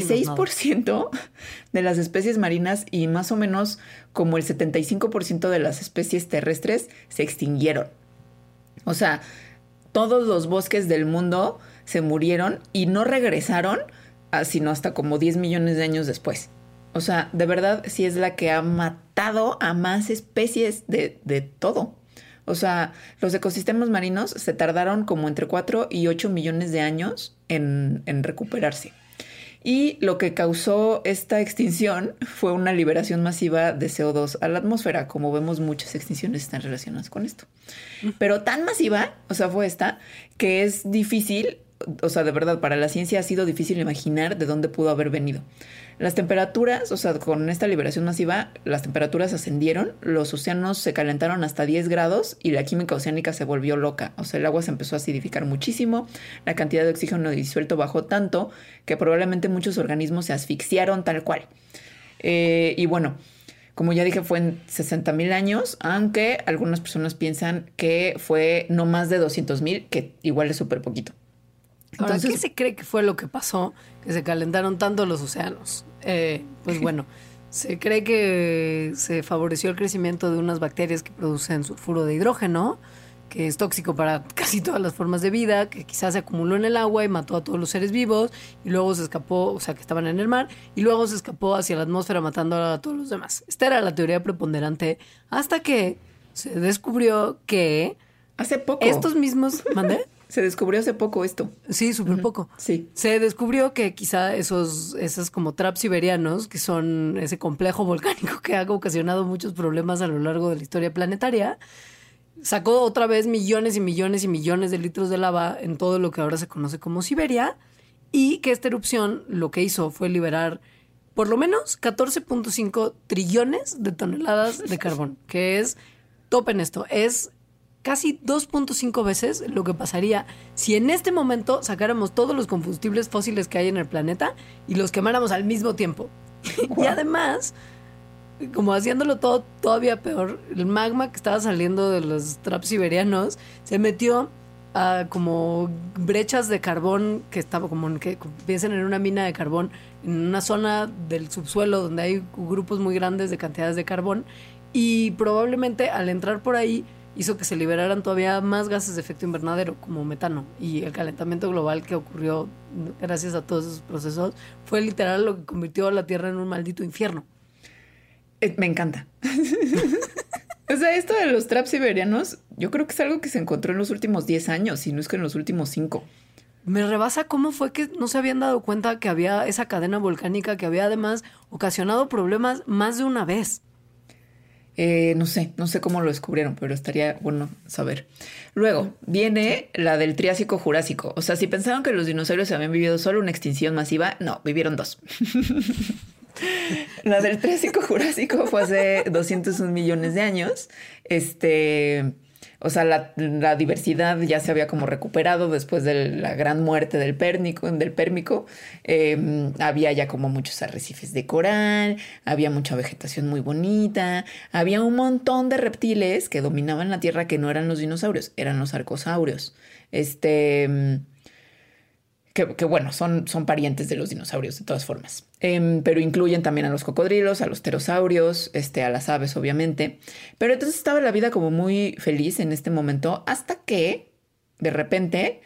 96% de las especies marinas y más o menos como el 75% de las especies terrestres se extinguieron. O sea, todos los bosques del mundo se murieron y no regresaron sino hasta como 10 millones de años después. O sea, de verdad sí es la que ha matado a más especies de todo. O sea, los ecosistemas marinos se tardaron como entre 4 y 8 millones de años en recuperarse. Y lo que causó esta extinción fue una liberación masiva de CO2 a la atmósfera. Como vemos, muchas extinciones están relacionadas con esto. Pero tan masiva, o sea, fue esta, que es difícil, o sea, de verdad, para la ciencia ha sido difícil imaginar de dónde pudo haber venido. Las temperaturas, o sea, con esta liberación masiva, las temperaturas ascendieron, los océanos se calentaron hasta 10 grados y la química oceánica se volvió loca. O sea, el agua se empezó a acidificar muchísimo, la cantidad de oxígeno disuelto bajó tanto que probablemente muchos organismos se asfixiaron tal cual. Y bueno, como ya dije, fue en 60,000 años, aunque algunas personas piensan que fue no más de 200,000, que igual es súper poquito.
Entonces, ahora, ¿qué se cree que fue lo que pasó? Que se calentaron tanto los océanos. Pues bueno, se cree que se favoreció el crecimiento de unas bacterias que producen sulfuro de hidrógeno, que es tóxico para casi todas las formas de vida, que quizás se acumuló en el agua y mató a todos los seres vivos, y luego se escapó, o sea, que estaban en el mar, y luego se escapó hacia la atmósfera matando a todos los demás. Esta era la teoría preponderante hasta que se descubrió que...
Hace poco.
Estos mismos... ¿Mandé?
Se descubrió hace poco esto.
Sí, súper poco.
Sí.
Se descubrió que quizá esos como traps siberianos, que son ese complejo volcánico que ha ocasionado muchos problemas a lo largo de la historia planetaria, sacó otra vez millones y millones y millones de litros de lava en todo lo que ahora se conoce como Siberia, y que esta erupción lo que hizo fue liberar por lo menos 14.5 trillones de toneladas de carbón, que es, topen esto, es casi 2.5 veces lo que pasaría si en este momento sacáramos todos los combustibles fósiles que hay en el planeta y los quemáramos al mismo tiempo. Wow. Y además, como haciéndolo todo todavía peor, el magma que estaba saliendo de los traps siberianos se metió a como brechas de carbón que estaba como que piensen en una mina de carbón en una zona del subsuelo donde hay grupos muy grandes de cantidades de carbón, y probablemente al entrar por ahí hizo que se liberaran todavía más gases de efecto invernadero como metano, y el calentamiento global que ocurrió gracias a todos esos procesos fue literal lo que convirtió a la Tierra en un maldito infierno.
Me encanta. O sea, esto de los traps siberianos, yo creo que es algo que se encontró en los últimos 10 años, si no es que en los últimos 5.
Me rebasa cómo fue que no se habían dado cuenta que había esa cadena volcánica que había además ocasionado problemas más de una vez.
No sé cómo lo descubrieron, pero estaría bueno saber. Luego viene la del Triásico Jurásico. O sea, si pensaban que los dinosaurios habían vivido solo una extinción masiva, no, vivieron 2. La del Triásico Jurásico fue hace 201 millones de años. O sea, la diversidad ya se había como recuperado después de la gran muerte del Pérmico. Había ya como muchos arrecifes de coral, había mucha vegetación muy bonita, había un montón de reptiles que dominaban la Tierra que no eran los dinosaurios, eran los arcosaurios. Que bueno, son parientes de los dinosaurios de todas formas. Pero incluyen también a los cocodrilos, a los pterosaurios, a las aves, obviamente. Pero entonces estaba la vida como muy feliz en este momento, hasta que, de repente,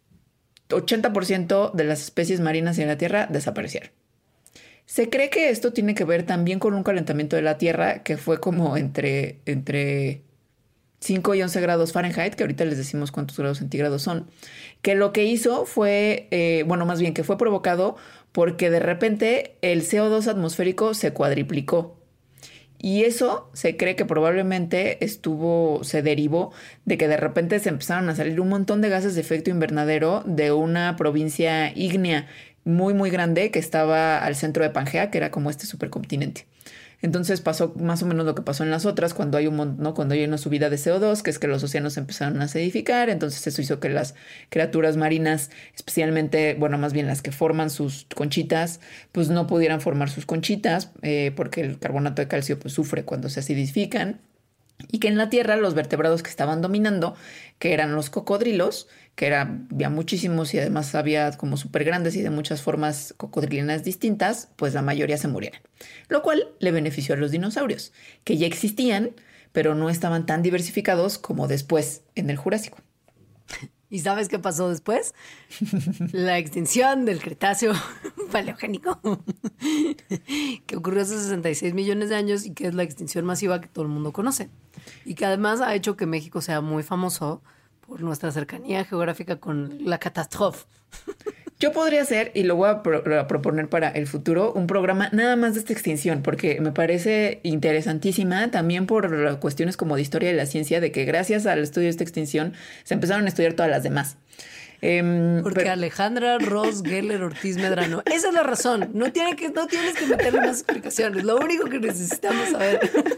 80% de las especies marinas en la Tierra desaparecieron. Se cree que esto tiene que ver también con un calentamiento de la Tierra que fue como entre 5 y 11 grados Fahrenheit, que ahorita les decimos cuántos grados centígrados son, que lo que hizo fue, más bien que fue provocado porque de repente el CO2 atmosférico se cuadriplicó. Y eso se cree que probablemente se derivó de que de repente se empezaron a salir un montón de gases de efecto invernadero de una provincia ígnea muy, muy grande que estaba al centro de Pangea, que era como este supercontinente. Entonces pasó más o menos lo que pasó en las otras cuando hay cuando hay una subida de CO2, que es que los océanos empezaron a acidificar. Entonces eso hizo que las criaturas marinas, especialmente, más bien las que forman sus conchitas, pues no pudieran formar sus conchitas porque el carbonato de calcio pues sufre cuando se acidifican. Y que en la Tierra los vertebrados que estaban dominando, que eran los cocodrilos, que había muchísimos y además había como súper grandes y de muchas formas cocodrilianas distintas, pues la mayoría se murieron. Lo cual le benefició a los dinosaurios, que ya existían, pero no estaban tan diversificados como después en el Jurásico.
¿Y sabes qué pasó después? La extinción del Cretáceo paleogénico, que ocurrió hace 66 millones de años y que es la extinción masiva que todo el mundo conoce. Y que además ha hecho que México sea muy famoso por nuestra cercanía geográfica con la catástrofe.
Yo podría hacer, y lo voy a proponer para el futuro, un programa nada más de esta extinción, porque me parece interesantísima también por las cuestiones como de historia de la ciencia, de que gracias al estudio de esta extinción se empezaron a estudiar todas las demás.
Porque Alejandra Ross Geller Ortiz Medrano. Esa es la razón. No tienes que meterle más explicaciones. Lo único que necesitamos saber.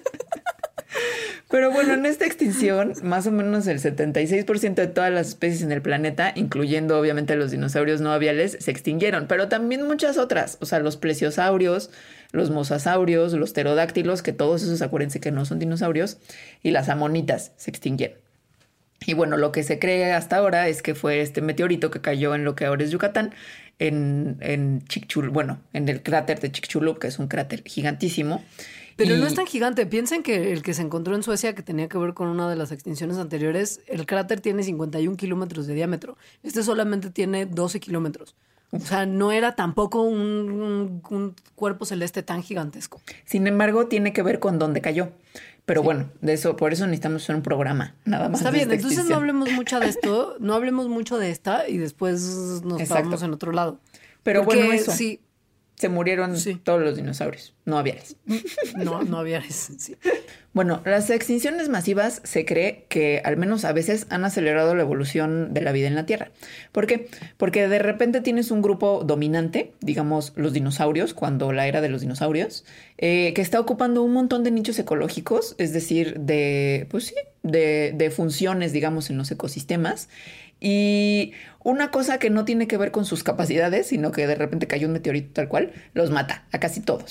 Pero bueno, en esta extinción, más o menos el 76% de todas las especies en el planeta, incluyendo obviamente los dinosaurios no aviales, se extinguieron. Pero también muchas otras. O sea, los plesiosaurios, los mosasaurios, los pterodáctilos, que todos esos acuérdense que no son dinosaurios, y las amonitas se extinguieron. Y bueno, lo que se cree hasta ahora es que fue este meteorito que cayó en lo que ahora es Yucatán, en Chicxulub, en el cráter de Chicxulub, que es un cráter gigantísimo.
Pero no es tan gigante. Piensen que el que se encontró en Suecia, que tenía que ver con una de las extinciones anteriores, el cráter tiene 51 kilómetros de diámetro. Este solamente tiene 12 kilómetros. O sea, no era tampoco un cuerpo celeste tan gigantesco.
Sin embargo, tiene que ver con dónde cayó. Pero sí, bueno, por eso necesitamos hacer un programa, nada más.
Está bien, entonces no hablemos mucho de esto, no hablemos mucho de esta y después nos vamos en otro lado.
Pero porque, bueno, eso.
Sí.
Se murieron todos los dinosaurios, no aviares.
No aviares, sí.
Bueno, las extinciones masivas se cree que al menos a veces han acelerado la evolución de la vida en la Tierra. ¿Por qué? Porque de repente tienes un grupo dominante, digamos los dinosaurios, cuando la era de los dinosaurios, que está ocupando un montón de nichos ecológicos, es decir, de funciones, digamos, en los ecosistemas. Y una cosa que no tiene que ver con sus capacidades, sino que de repente cayó un meteorito tal cual, los mata a casi todos.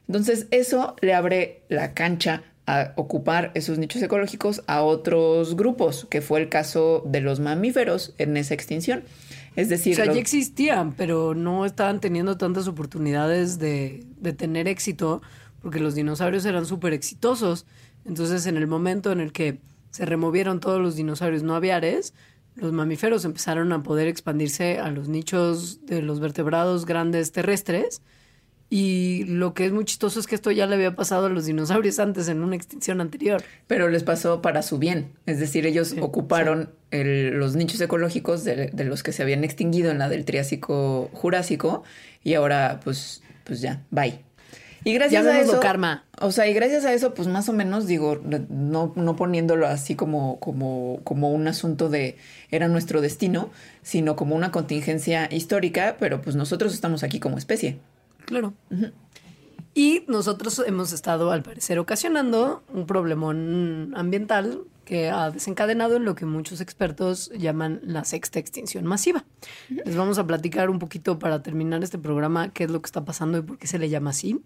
Entonces, eso le abre la cancha a ocupar esos nichos ecológicos a otros grupos, que fue el caso de los mamíferos en esa extinción. Es decir,
o sea, ya existían, pero no estaban teniendo tantas oportunidades de tener éxito porque los dinosaurios eran súper exitosos. Entonces, en el momento en el que se removieron todos los dinosaurios no aviares, los mamíferos empezaron a poder expandirse a los nichos de los vertebrados grandes terrestres. Y lo que es muy chistoso es que esto ya le había pasado a los dinosaurios antes en una extinción anterior.
Pero les pasó para su bien. Es decir, ellos ocuparon los nichos ecológicos de los que se habían extinguido en la del Triásico Jurásico y ahora pues ya, bye. Y gracias a eso,
karma.
O sea, y gracias a eso, pues más o menos, digo, no poniéndolo así como un asunto de era nuestro destino, sino como una contingencia histórica, pero pues nosotros estamos aquí como especie.
Claro. Uh-huh. Y nosotros hemos estado, al parecer, ocasionando un problemón ambiental que ha desencadenado en lo que muchos expertos llaman la sexta extinción masiva. Uh-huh. Les vamos a platicar un poquito para terminar este programa qué es lo que está pasando y por qué se le llama así.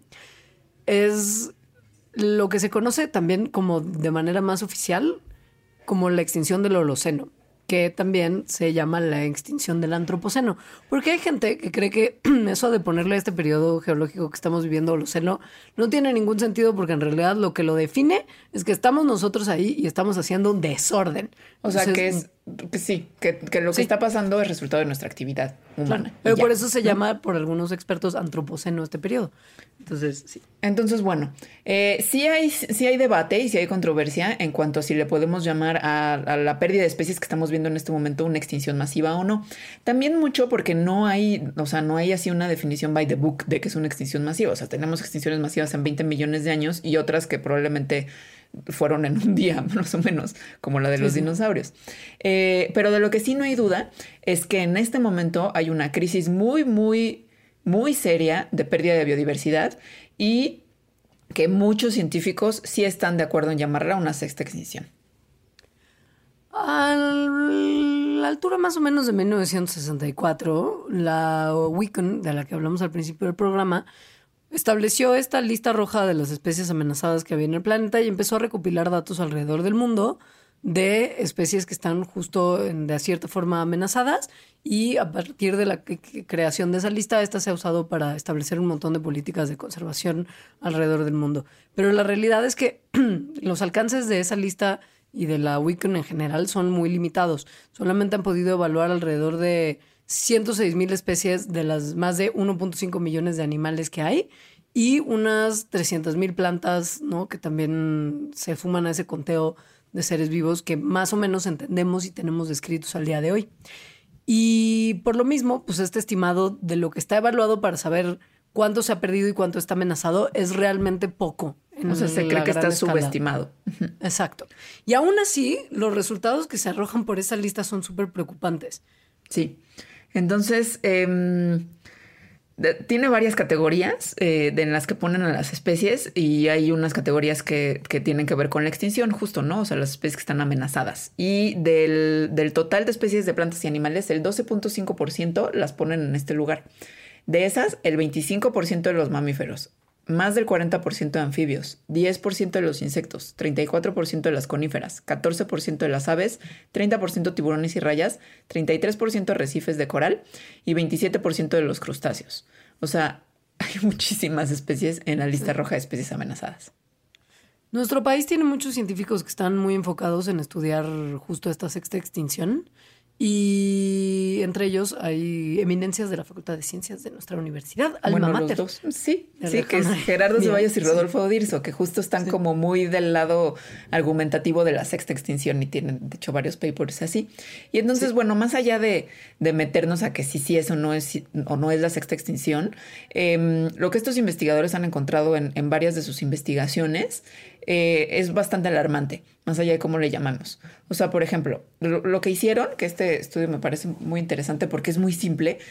Es lo que se conoce también como de manera más oficial como la extinción del Holoceno, que también se llama la extinción del Antropoceno. Porque hay gente que cree que eso de ponerle a este periodo geológico que estamos viviendo Holoceno no tiene ningún sentido porque en realidad lo que lo define es que estamos nosotros ahí y estamos haciendo un desorden.
O sea, que lo que está pasando es resultado de nuestra actividad humana.
Claro, pero por eso se llama, por algunos expertos, Antropoceno este periodo. Entonces, sí.
Entonces, bueno, sí hay debate y sí hay controversia en cuanto a si le podemos llamar a la pérdida de especies que estamos viendo en este momento una extinción masiva o no. También mucho porque no hay así una definición by the book de que es una extinción masiva. O sea, tenemos extinciones masivas en 20 millones de años y otras que probablemente fueron en un día, más o menos, como la de los dinosaurios. Pero de lo que sí no hay duda es que en este momento hay una crisis muy, muy, muy seria de pérdida de biodiversidad y que muchos científicos sí están de acuerdo en llamarla una sexta extinción.
A la altura más o menos de 1964, la Wiccan, de la que hablamos al principio del programa, estableció esta lista roja de las especies amenazadas que había en el planeta y empezó a recopilar datos alrededor del mundo de especies que están justo de cierta forma amenazadas, y a partir de la creación de esa lista, esta se ha usado para establecer un montón de políticas de conservación alrededor del mundo. Pero la realidad es que los alcances de esa lista y de la Wiccan en general son muy limitados. Solamente han podido evaluar alrededor de 106,000 especies de las más de 1.5 millones de animales que hay y unas 300,000 plantas, ¿no?, que también se fuman a ese conteo de seres vivos que más o menos entendemos y tenemos descritos al día de hoy. Y por lo mismo, pues este estimado de lo que está evaluado para saber cuánto se ha perdido y cuánto está amenazado es realmente poco.
O sea, se cree que está subestimado.
Exacto. Y aún así, los resultados que se arrojan por esa lista son súper preocupantes.
Sí. Entonces, tiene varias categorías en las que ponen a las especies y hay unas categorías que tienen que ver con la extinción, justo, ¿no? O sea, las especies que están amenazadas. Y del total de especies de plantas y animales, el 12.5% las ponen en este lugar. De esas, el 25% de los mamíferos, más del 40% de anfibios, 10% de los insectos, 34% de las coníferas, 14% de las aves, 30% tiburones y rayas, 33% arrecifes de coral y 27% de los crustáceos. O sea, hay muchísimas especies en la lista roja de especies amenazadas.
Nuestro país tiene muchos científicos que están muy enfocados en estudiar justo esta sexta extinción. Y entre ellos hay eminencias de la Facultad de Ciencias de nuestra universidad, Alma Mater.
Los dos. Sí, que es Gerardo Ceballos y Rodolfo Odirso, que justo están como muy del lado argumentativo de la sexta extinción y tienen, de hecho, varios papers así. Y entonces, bueno, más allá de meternos a que sí es o no es la sexta extinción, lo que estos investigadores han encontrado en varias de sus investigaciones es bastante alarmante, más allá de cómo le llamamos. O sea, por ejemplo, lo que hicieron, que este estudio me parece muy interesante porque es muy simple,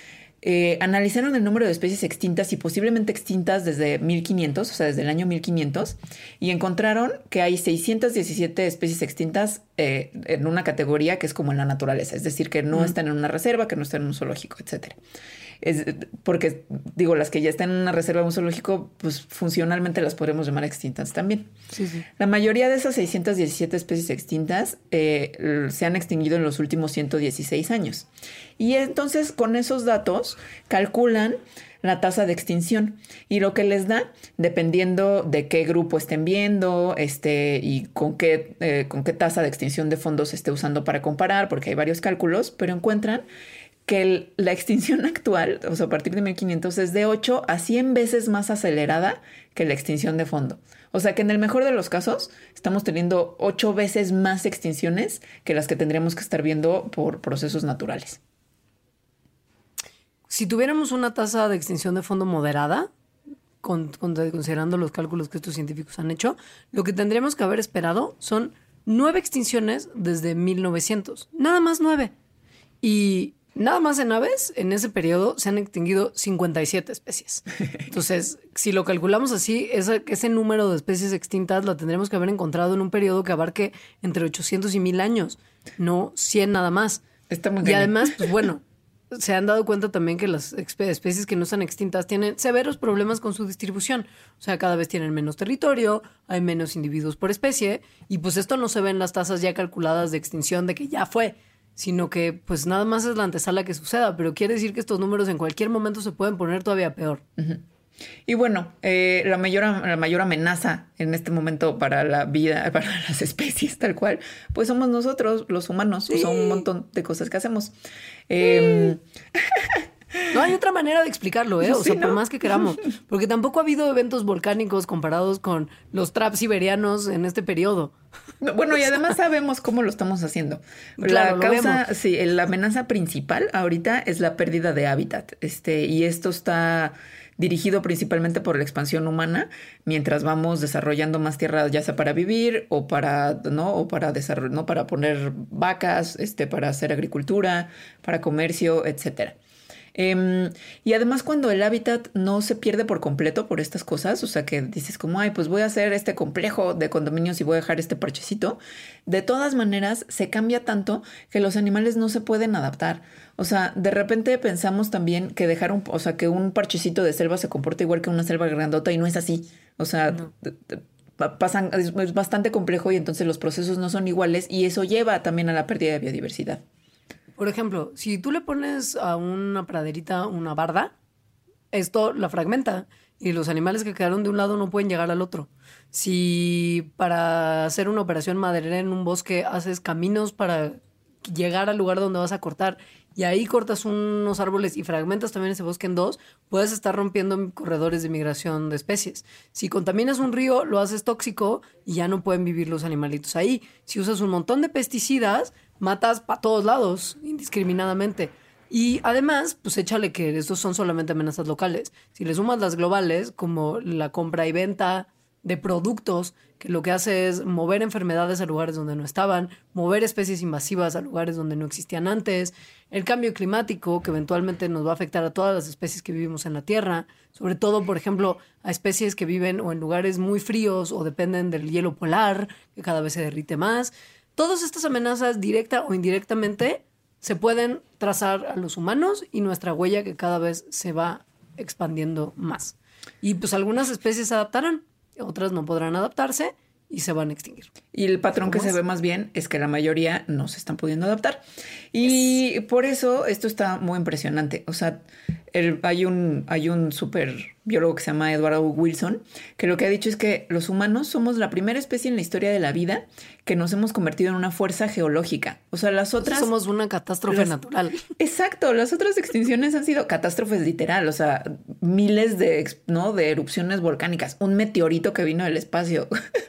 analizaron el número de especies extintas y posiblemente extintas desde 1500, o sea, desde el año 1500, y encontraron que hay 617 especies extintas en una categoría que es como en la naturaleza, es decir, que no están en una reserva, que no están en un zoológico, etcétera. Porque, digo, las que ya están en una reserva o un zoológico, pues funcionalmente las podremos llamar extintas también.
Sí, sí.
La mayoría de esas 617 especies extintas se han extinguido en los últimos 116 años. Y entonces, con esos datos, calculan la tasa de extinción y lo que les da, dependiendo de qué grupo estén viendo y con qué tasa de extinción de fondos se esté usando para comparar, porque hay varios cálculos, pero encuentran que la extinción actual, o sea, a partir de 1500, es de 8 a 100 veces más acelerada que la extinción de fondo. O sea, que en el mejor de los casos estamos teniendo 8 veces más extinciones que las que tendríamos que estar viendo por procesos naturales.
Si tuviéramos una tasa de extinción de fondo moderada, considerando los cálculos que estos científicos han hecho, lo que tendríamos que haber esperado son 9 extinciones desde 1900. Nada más 9. Y nada más en aves, en ese periodo se han extinguido 57 especies. Entonces, si lo calculamos así, ese número de especies extintas lo tendremos que haber encontrado en un periodo que abarque entre 800 y 1000 años, no 100 nada más.
Está muy
y
genial.
además, pues bueno, se han dado cuenta también que las especies que no están extintas tienen severos problemas con su distribución. O sea, cada vez tienen menos territorio, hay menos individuos por especie, y pues esto no se ve en las tasas ya calculadas de extinción de que ya fue, sino que pues nada más es la antesala que suceda, pero quiere decir que estos números en cualquier momento se pueden poner todavía peor.
Uh-huh. Y bueno, la mayor amenaza en este momento para la vida, para las especies tal cual, pues somos nosotros, los humanos. Sí. Son un montón de cosas que hacemos.
No hay otra manera de explicarlo, ¿eh? O sea, por más que queramos. Porque tampoco ha habido eventos volcánicos comparados con los traps siberianos en este periodo.
No, bueno, y además sabemos cómo lo estamos haciendo.
Claro,
la causa, sí, la amenaza principal ahorita es la pérdida de hábitat. Y esto está dirigido principalmente por la expansión humana, mientras vamos desarrollando más tierra, ya sea para vivir o para desarrollar, ¿no? Para poner vacas, para hacer agricultura, para comercio, etcétera. Y además cuando el hábitat no se pierde por completo por estas cosas, o sea que dices como, ay, pues voy a hacer este complejo de condominios y voy a dejar este parchecito, de todas maneras se cambia tanto que los animales no se pueden adaptar. O sea, de repente pensamos también que que un parchecito de selva se comporta igual que una selva grandota y no es así. O sea, no. Es bastante complejo y entonces los procesos no son iguales y eso lleva también a la pérdida de biodiversidad.
Por ejemplo, si tú le pones a una praderita una barda, esto la fragmenta y los animales que quedaron de un lado no pueden llegar al otro. Si para hacer una operación maderera en un bosque haces caminos para llegar al lugar donde vas a cortar y ahí cortas unos árboles y fragmentas también ese bosque en dos, puedes estar rompiendo corredores de migración de especies. Si contaminas un río, lo haces tóxico y ya no pueden vivir los animalitos ahí. Si usas un montón de pesticidas, matas para todos lados, indiscriminadamente. Y además, pues échale que estos son solamente amenazas locales. Si le sumas las globales, como la compra y venta de productos, que lo que hace es mover enfermedades a lugares donde no estaban, mover especies invasivas a lugares donde no existían antes, el cambio climático, que eventualmente nos va a afectar a todas las especies que vivimos en la Tierra, sobre todo, por ejemplo, a especies que viven o en lugares muy fríos o dependen del hielo polar, que cada vez se derrite más. Todas estas amenazas, directa o indirectamente, se pueden trazar a los humanos y nuestra huella que cada vez se va expandiendo más. Y pues algunas especies se adaptarán, otras no podrán adaptarse y se van a extinguir.
Y el patrón que se ve más bien es que la mayoría no se están pudiendo adaptar. Y por eso esto está muy impresionante. O sea, hay un súper biólogo que se llama Edward Wilson, que lo que ha dicho es que los humanos somos la primera especie en la historia de la vida que nos hemos convertido en una fuerza geológica. O sea, las otras...
Somos una catástrofe natural.
Exacto. Las otras extinciones han sido catástrofes literal. O sea, miles de erupciones volcánicas. Un meteorito que vino del espacio.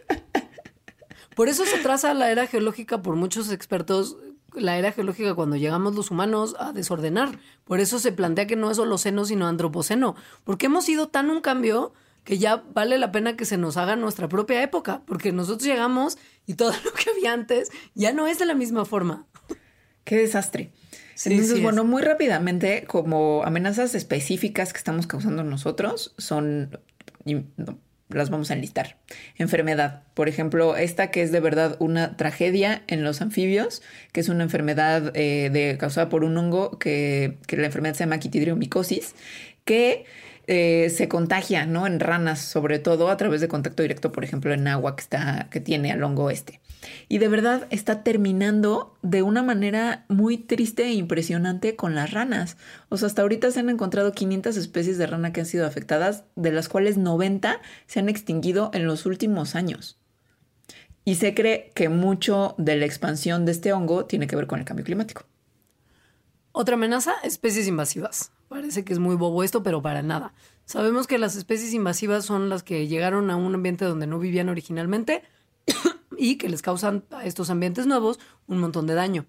Por eso se traza la era geológica por muchos expertos, la era geológica cuando llegamos los humanos a desordenar. Por eso se plantea que no es holoceno sino antropoceno. Porque hemos ido tan un cambio que ya vale la pena que se nos haga nuestra propia época. Porque nosotros llegamos y todo lo que había antes ya no es de la misma forma.
Qué desastre.
Sí,
Entonces,
sí
bueno,
es.
muy rápidamente, como amenazas específicas que estamos causando nosotros son, no, las vamos a enlistar. Enfermedad, por ejemplo, esta que es de verdad una tragedia en los anfibios, que es una enfermedad causada por un hongo que la enfermedad se llama quitridiomicosis, que se contagia, ¿no? En ranas, sobre todo a través de contacto directo, por ejemplo, en agua que tiene al hongo este. Y de verdad está terminando de una manera muy triste e impresionante con las ranas. O sea, hasta ahorita se han encontrado 500 especies de rana que han sido afectadas, de las cuales 90 se han extinguido en los últimos años. Y se cree que mucho de la expansión de este hongo tiene que ver con el cambio climático.
Otra amenaza, especies invasivas. Parece que es muy bobo esto, pero para nada. Sabemos que las especies invasivas son las que llegaron a un ambiente donde no vivían originalmente y que les causan a estos ambientes nuevos un montón de daño.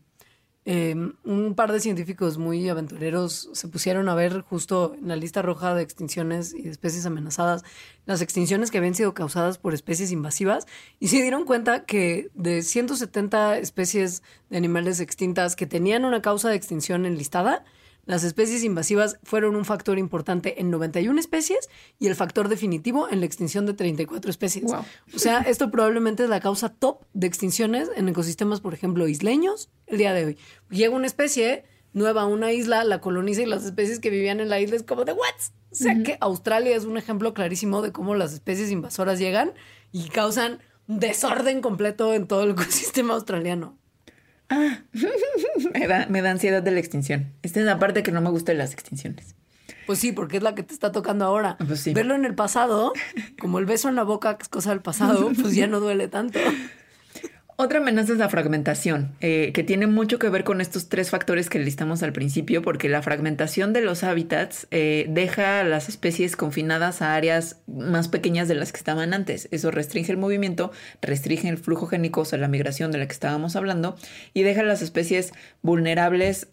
Un par de científicos muy aventureros se pusieron a ver justo en la lista roja de extinciones y de especies amenazadas las extinciones que habían sido causadas por especies invasivas y se dieron cuenta que de 170 especies de animales extintas que tenían una causa de extinción enlistada, las especies invasivas fueron un factor importante en 91 especies y el factor definitivo en la extinción de 34 especies.
Wow.
O sea, esto probablemente es la causa top de extinciones en ecosistemas, por ejemplo, isleños, el día de hoy. Llega una especie nueva a una isla, la coloniza y las especies que vivían en la isla es como de ¿what? O sea, que Australia es un ejemplo clarísimo de cómo las especies invasoras llegan y causan un desorden completo en todo el ecosistema australiano.
Ah, me da ansiedad de la extinción. Esta es la parte que no me gusta de las extinciones.
Pues sí, porque es la que te está tocando ahora.
Pues sí.
Verlo en el pasado, como el beso en la boca, que es cosa del pasado, pues ya no duele tanto.
Otra amenaza es la fragmentación, que tiene mucho que ver con estos tres factores que listamos al principio, porque la fragmentación de los hábitats deja a las especies confinadas a áreas más pequeñas de las que estaban antes. Eso restringe el movimiento, restringe el flujo génico, o sea, la migración de la que estábamos hablando, y deja a las especies vulnerables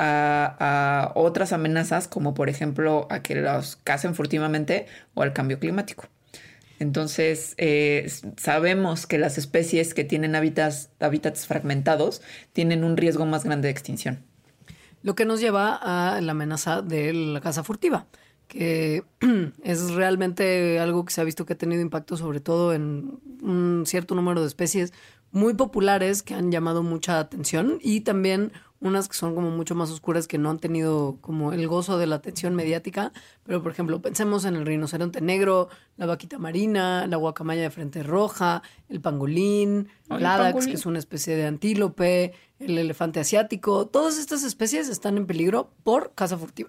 a otras amenazas, como por ejemplo a que los cacen furtivamente o al cambio climático. Entonces, sabemos que las especies que tienen hábitats fragmentados tienen un riesgo más grande de extinción.
Lo que nos lleva a la amenaza de la caza furtiva, que es realmente algo que se ha visto que ha tenido impacto sobre todo en un cierto número de especies muy populares que han llamado mucha atención y también unas que son como mucho más oscuras que no han tenido como el gozo de la atención mediática, pero por ejemplo pensemos en el rinoceronte negro, la vaquita marina, la guacamaya de frente roja, el pangolín, el ádax, que es una especie de antílope, el elefante asiático. Todas estas especies están en peligro por caza furtiva.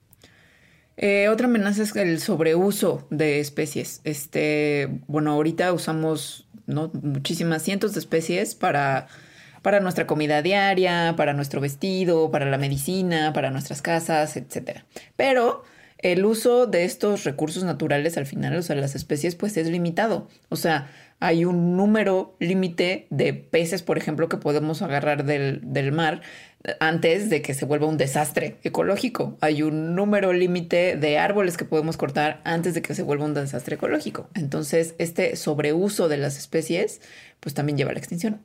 Otra amenaza es el sobreuso de especies. Bueno, ahorita usamos, ¿no?, muchísimas cientos de especies para nuestra comida diaria, para nuestro vestido, para la medicina, para nuestras casas, etcétera. Pero el uso de estos recursos naturales al final, o sea, las especies, pues es limitado. O sea, hay un número límite de peces, por ejemplo, que podemos agarrar del mar antes de que se vuelva un desastre ecológico. Hay un número límite de árboles que podemos cortar antes de que se vuelva un desastre ecológico. Entonces, este sobreuso de las especies, pues también lleva a la extinción.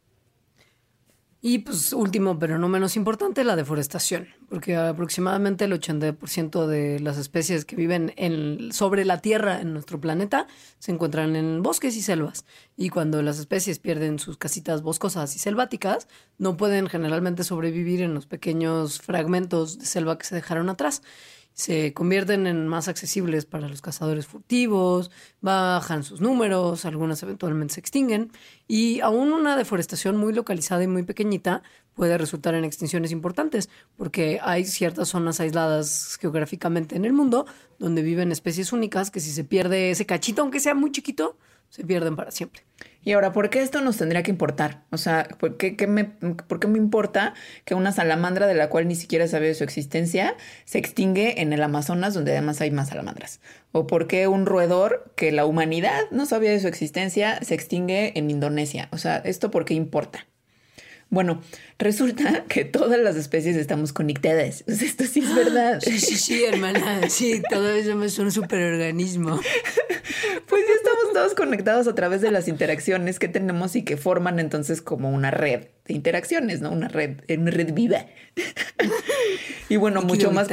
Y pues último, pero no menos importante, la deforestación, porque aproximadamente el 80% de las especies que viven sobre la Tierra en nuestro planeta se encuentran en bosques y selvas. Y cuando las especies pierden sus casitas boscosas y selváticas, no pueden generalmente sobrevivir en los pequeños fragmentos de selva que se dejaron atrás. Se convierten en más accesibles para los cazadores furtivos, bajan sus números, algunas eventualmente se extinguen y aún una deforestación muy localizada y muy pequeñita puede resultar en extinciones importantes porque hay ciertas zonas aisladas geográficamente en el mundo donde viven especies únicas que si se pierde ese cachito, aunque sea muy chiquito, se pierden para siempre.
Y ahora, ¿por qué esto nos tendría que importar? O sea, ¿por qué me importa que una salamandra de la cual ni siquiera sabe de su existencia se extingue en el Amazonas, donde además hay más salamandras? ¿O por qué un roedor que la humanidad no sabía de su existencia se extingue en Indonesia? O sea, ¿esto por qué importa? Bueno, resulta que todas las especies estamos conectadas. O sea, esto sí es verdad.
Sí, hermana. Sí, todos somos un superorganismo.
Pues ya estamos todos conectados a través de las interacciones que tenemos y que forman entonces como una red de interacciones, ¿no? Una red viva. Y bueno, mucho más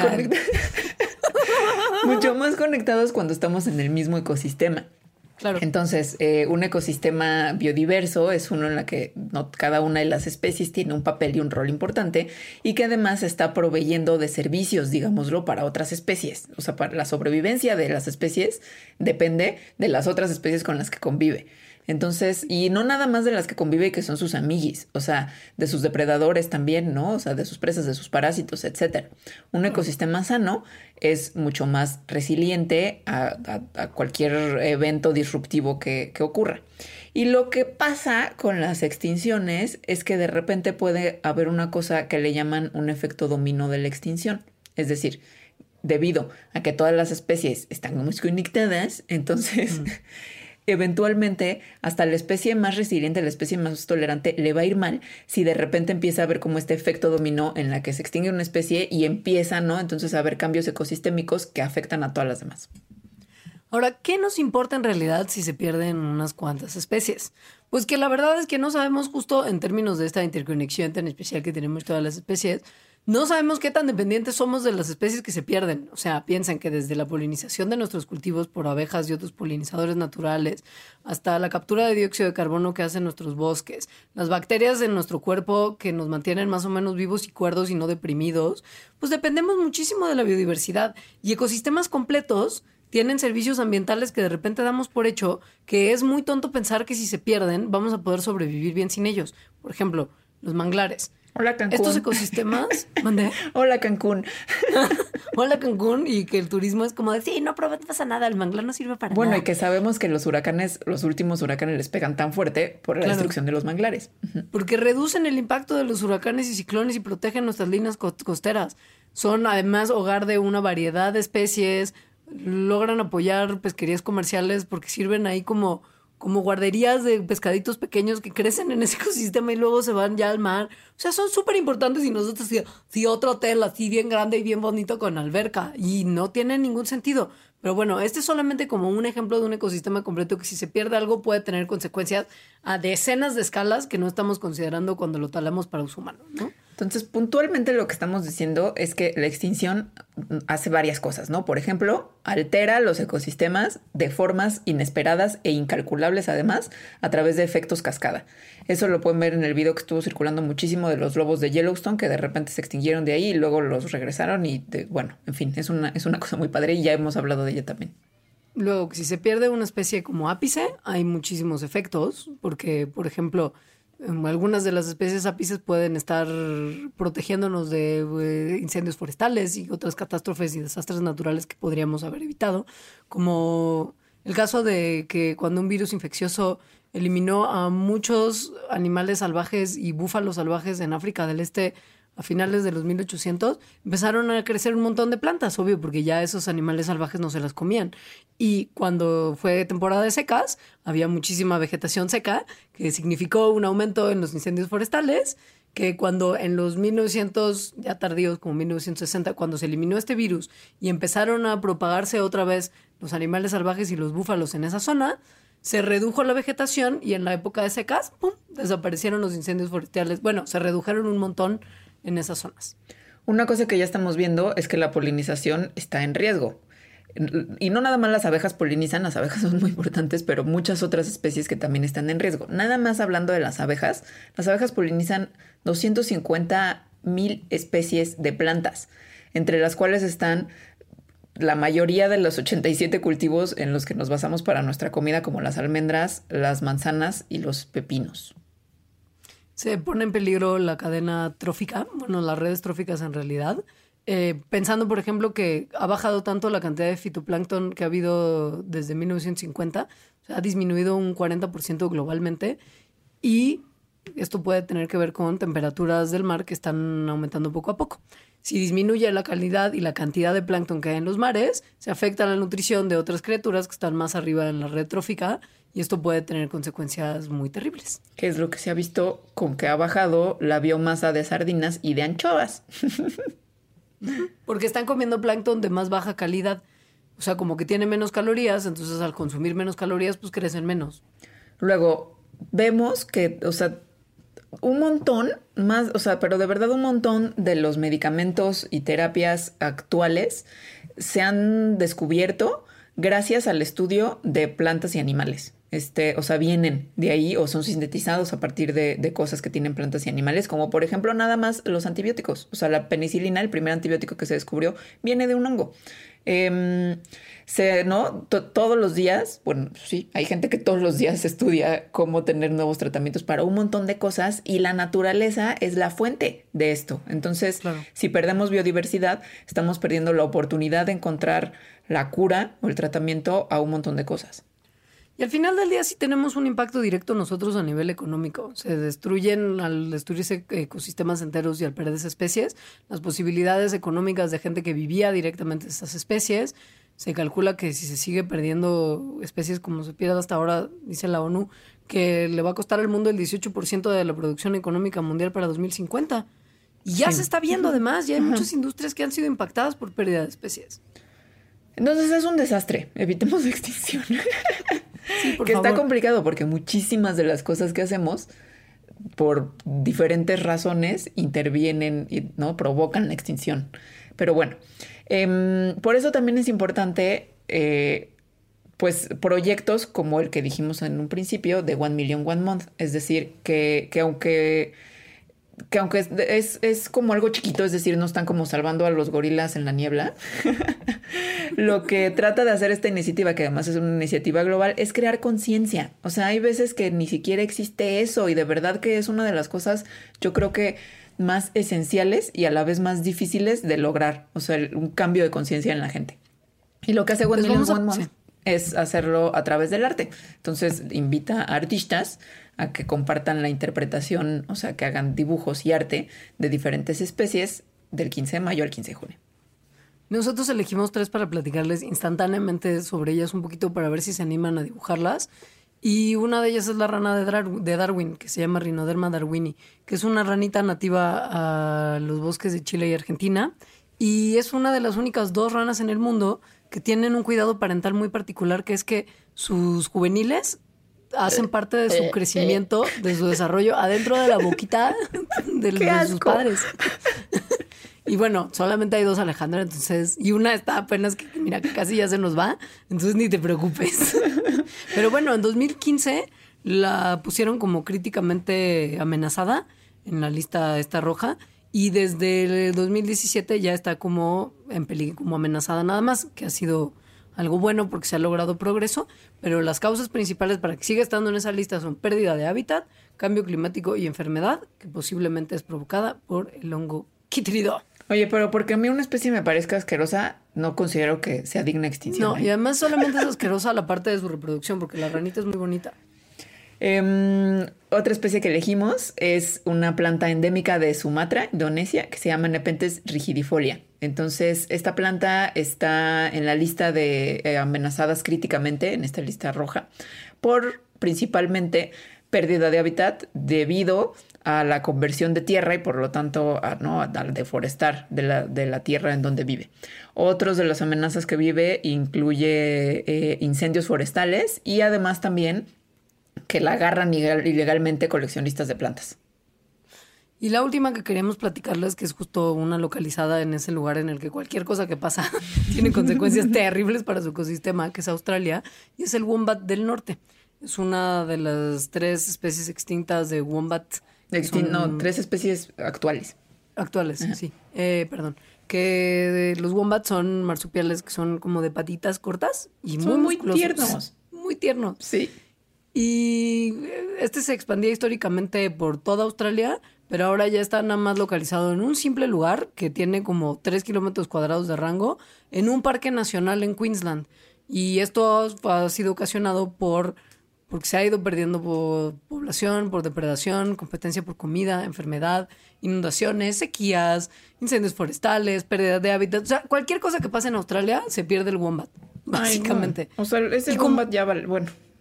conectados cuando estamos en el mismo ecosistema.
Claro.
Entonces, un ecosistema biodiverso es uno en la que cada una de las especies tiene un papel y un rol importante y que además está proveyendo de servicios, digámoslo, para otras especies. O sea, para la sobrevivencia de las especies depende de las otras especies con las que convive. Entonces, y no nada más de las que convive, que son sus amiguis, o sea, de sus depredadores también, ¿no? O sea, de sus presas, de sus parásitos, etcétera. Un ecosistema sano es mucho más resiliente a cualquier evento disruptivo que ocurra. Y lo que pasa con las extinciones es que de repente puede haber una cosa que le llaman un efecto dominó de la extinción. Es decir, debido a que todas las especies están muy conectadas, entonces... eventualmente hasta la especie más resiliente, la especie más tolerante, le va a ir mal si de repente empieza a haber como este efecto dominó en la que se extingue una especie y empieza, ¿no? Entonces a haber cambios ecosistémicos que afectan a todas las demás.
Ahora, ¿qué nos importa en realidad si se pierden unas cuantas especies? Pues que la verdad es que no sabemos justo en términos de esta interconexión tan especial que tenemos todas las especies. No sabemos qué tan dependientes somos de las especies que se pierden. O sea, piensan que desde la polinización de nuestros cultivos por abejas y otros polinizadores naturales, hasta la captura de dióxido de carbono que hacen nuestros bosques, las bacterias en nuestro cuerpo que nos mantienen más o menos vivos y cuerdos y no deprimidos, pues dependemos muchísimo de la biodiversidad. Y ecosistemas completos tienen servicios ambientales que de repente damos por hecho que es muy tonto pensar que si se pierden vamos a poder sobrevivir bien sin ellos. Por ejemplo, los manglares.
Hola, Cancún.
Estos ecosistemas... ¿Mandé?
Hola, Cancún.
Hola, Cancún. Y que el turismo es como de, sí, no pasa nada, el manglar no sirve para nada.
Bueno, y que sabemos que los huracanes, los últimos huracanes les pegan tan fuerte por la destrucción de los manglares.
Porque reducen el impacto de los huracanes y ciclones y protegen nuestras líneas costeras. Son además hogar de una variedad de especies, logran apoyar pesquerías comerciales porque sirven ahí como guarderías de pescaditos pequeños que crecen en ese ecosistema y luego se van ya al mar. O sea, son súper importantes y nosotros sí otro hotel así bien grande y bien bonito con alberca y no tiene ningún sentido. Pero bueno, este es solamente como un ejemplo de un ecosistema completo que si se pierde algo puede tener consecuencias a decenas de escalas que no estamos considerando cuando lo talamos para uso humano, ¿no?
Entonces, puntualmente lo que estamos diciendo es que la extinción hace varias cosas, ¿no? Por ejemplo, altera los ecosistemas de formas inesperadas e incalculables, además, a través de efectos cascada. Eso lo pueden ver en el video que estuvo circulando muchísimo de los lobos de Yellowstone, que de repente se extinguieron de ahí y luego los regresaron y, bueno, en fin, es una cosa muy padre y ya hemos hablado de ella también.
Luego, si se pierde una especie como ápice, hay muchísimos efectos, porque, por ejemplo... algunas de las especies ápices pueden estar protegiéndonos de incendios forestales y otras catástrofes y desastres naturales que podríamos haber evitado, como el caso de que cuando un virus infeccioso eliminó a muchos animales salvajes y búfalos salvajes en África del Este a finales de los 1800, empezaron a crecer un montón de plantas, obvio, porque ya esos animales salvajes no se las comían. Y cuando fue temporada de secas, había muchísima vegetación seca, que significó un aumento en los incendios forestales, que cuando en los 1900, ya tardíos, como 1960, cuando se eliminó este virus y empezaron a propagarse otra vez los animales salvajes y los búfalos en esa zona, se redujo la vegetación y en la época de secas, ¡pum!, desaparecieron los incendios forestales. Bueno, se redujeron un montón en esas zonas.
Una cosa que ya estamos viendo es que la polinización está en riesgo. Y no nada más las abejas polinizan, las abejas son muy importantes, pero muchas otras especies que también están en riesgo. Nada más hablando de las abejas polinizan 250,000 especies de plantas, entre las cuales están la mayoría de los 87 cultivos en los que nos basamos para nuestra comida, como las almendras, las manzanas y los pepinos.
Se pone en peligro la cadena trófica, bueno, las redes tróficas en realidad, pensando, por ejemplo, que ha bajado tanto la cantidad de fitoplancton que ha habido desde 1950, o sea, ha disminuido un 40% globalmente y esto puede tener que ver con temperaturas del mar que están aumentando poco a poco. Si disminuye la calidad y la cantidad de plancton que hay en los mares, se afecta la nutrición de otras criaturas que están más arriba en la red trófica y esto puede tener consecuencias muy terribles.
Que es lo que se ha visto con que ha bajado la biomasa de sardinas y de anchoas.
Porque están comiendo plancton de más baja calidad. O sea, como que tiene menos calorías, entonces al consumir menos calorías, pues crecen menos.
Luego, vemos que, o sea, un montón más, o sea, pero de verdad un montón de los medicamentos y terapias actuales se han descubierto gracias al estudio de plantas y animales. O sea, vienen de ahí o son sintetizados a partir de cosas que tienen plantas y animales, como por ejemplo nada más los antibióticos. O sea, la penicilina, el primer antibiótico que se descubrió, viene de un hongo. ¿No? Todos los días, bueno, sí, hay gente que todos los días estudia cómo tener nuevos tratamientos para un montón de cosas y la naturaleza es la fuente de esto. Entonces, claro, si perdemos biodiversidad, estamos perdiendo la oportunidad de encontrar la cura o el tratamiento a un montón de cosas.
Y al final del día sí tenemos un impacto directo nosotros a nivel económico. Se destruyen, al destruirse ecosistemas enteros y al perderse especies, las posibilidades económicas de gente que vivía directamente de estas especies. Se calcula que si se sigue perdiendo especies como se pierde hasta ahora, dice la ONU, que le va a costar al mundo el 18% de la producción económica mundial para 2050. Y ya se está viendo además, ya hay muchas industrias que han sido impactadas por pérdida de especies.
Entonces es un desastre, evitemos la extinción.
Sí, por
que
favor.
Está complicado porque muchísimas de las cosas que hacemos por diferentes razones intervienen y no provocan la extinción. Pero bueno, por eso también es importante pues proyectos como el que dijimos en un principio de 1 Million 1 Month. Es decir, que aunque es como algo chiquito, es decir, no están como salvando a los gorilas en la niebla. Lo que trata de hacer esta iniciativa, que además es una iniciativa global, es crear conciencia. O sea, hay veces que ni siquiera existe eso y de verdad que es una de las cosas, yo creo que más esenciales y a la vez más difíciles de lograr. O sea, un cambio de conciencia en la gente. Y lo que hace One Million One Month es hacerlo a través del arte. Entonces invita a artistas a que compartan la interpretación, o sea, que hagan dibujos y arte de diferentes especies del 15 de mayo al 15 de junio.
Nosotros elegimos 3 para platicarles instantáneamente sobre ellas un poquito para ver si se animan a dibujarlas. Y una de ellas es la rana de Darwin, que se llama Rhinoderma darwini, que es una ranita nativa a los bosques de Chile y Argentina. Y es una de las únicas 2 ranas en el mundo que tienen un cuidado parental muy particular, que es que sus juveniles hacen parte de su crecimiento, de su desarrollo, adentro de la boquita de sus padres. Y bueno, solamente hay 2 Alejandra, entonces, y una está apenas que mira que casi ya se nos va, entonces ni te preocupes. Pero bueno, en 2015 la pusieron como críticamente amenazada en la lista esta roja. Y desde el 2017 ya está como en peligro, como amenazada nada más, que ha sido algo bueno porque se ha logrado progreso, pero las causas principales para que siga estando en esa lista son pérdida de hábitat, cambio climático y enfermedad, que posiblemente es provocada por el hongo quítrido.
Oye, pero porque a mí una especie me parezca asquerosa, no considero que sea digna de extinción.
No, y además solamente es asquerosa la parte de su reproducción, porque la ranita es muy bonita.
Otra especie que elegimos es una planta endémica de Sumatra, Indonesia, que se llama Nepenthes rigidifolia. Entonces, esta planta está en la lista de amenazadas críticamente, en esta lista roja, por principalmente pérdida de hábitat debido a la conversión de tierra y por lo tanto al deforestar de la tierra en donde vive. Otros de las amenazas que vive incluye incendios forestales y además también que la agarran ilegalmente coleccionistas de plantas.
Y la última que queríamos platicarles, que es justo una localizada en ese lugar en el que cualquier cosa que pasa tiene consecuencias terribles para su ecosistema, que es Australia, y es el wombat del norte. Es una de las 3 especies extintas de wombat.
3 especies actuales.
Actuales, ajá. Sí. Perdón. Que los wombats son marsupiales que son como de patitas cortas y
son muy
musculosos.
Tiernos.
Muy tiernos.
Sí.
Y se expandía históricamente por toda Australia, pero ahora ya está nada más localizado en un simple lugar que tiene como 3 kilómetros cuadrados de rango en un parque nacional en Queensland. Y esto ha sido ocasionado porque se ha ido perdiendo por población, por depredación, competencia por comida, enfermedad, inundaciones, sequías, incendios forestales, pérdida de hábitat. O sea, cualquier cosa que pase en Australia se pierde el wombat, básicamente.
Ay, no. O sea, ese wombat ya vale, bueno.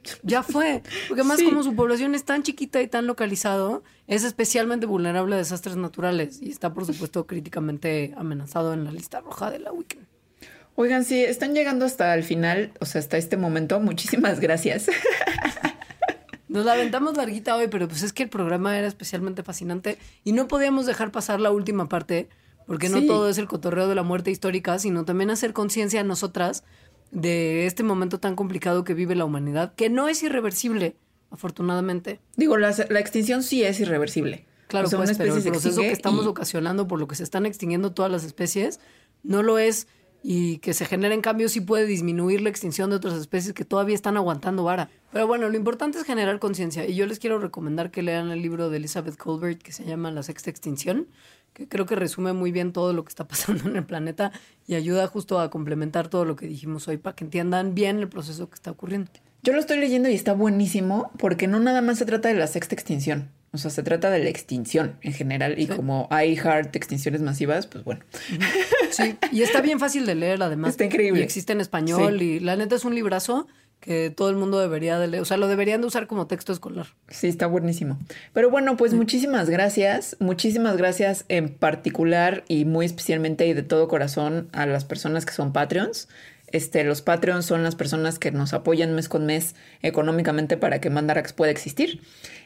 Ya fue. Porque además como su población es tan chiquita y tan localizado, es especialmente vulnerable a desastres naturales y está, por supuesto, críticamente amenazado en la lista roja de la Weekend.
Oigan, si están llegando hasta el final, o sea, hasta este momento, muchísimas gracias.
Nos la aventamos larguita hoy, pero pues es que el programa era especialmente fascinante y no podíamos dejar pasar la última parte, porque no todo es el cotorreo de la muerte histórica, sino también hacer conciencia a nosotras de este momento tan complicado que vive la humanidad, que no es irreversible, afortunadamente.
Digo, la extinción sí es irreversible.
Claro,
o sea,
pues, pero el proceso que estamos ocasionando por lo que se están extinguiendo todas las especies no lo es, y que se generen cambios sí puede disminuir la extinción de otras especies que todavía están aguantando vara. Pero bueno, lo importante es generar conciencia, y yo les quiero recomendar que lean el libro de Elizabeth Colbert que se llama La Sexta Extinción, que creo que resume muy bien todo lo que está pasando en el planeta y ayuda justo a complementar todo lo que dijimos hoy para que entiendan bien el proceso que está ocurriendo.
Yo lo estoy leyendo y está buenísimo porque no nada más se trata de la sexta extinción. O sea, se trata de la extinción en general. Y como hay hard extinciones masivas, pues bueno.
Sí, y está bien fácil de leer además.
Está increíble.
Y existe en español y la neta es un librazo que todo el mundo debería de leer. O sea, lo deberían de usar como texto escolar.
Sí, está buenísimo. Pero bueno, pues muchísimas gracias. Muchísimas gracias en particular y muy especialmente y de todo corazón a las personas que son Patreons. Los Patreons son las personas que nos apoyan mes con mes económicamente para que Mandarax pueda existir.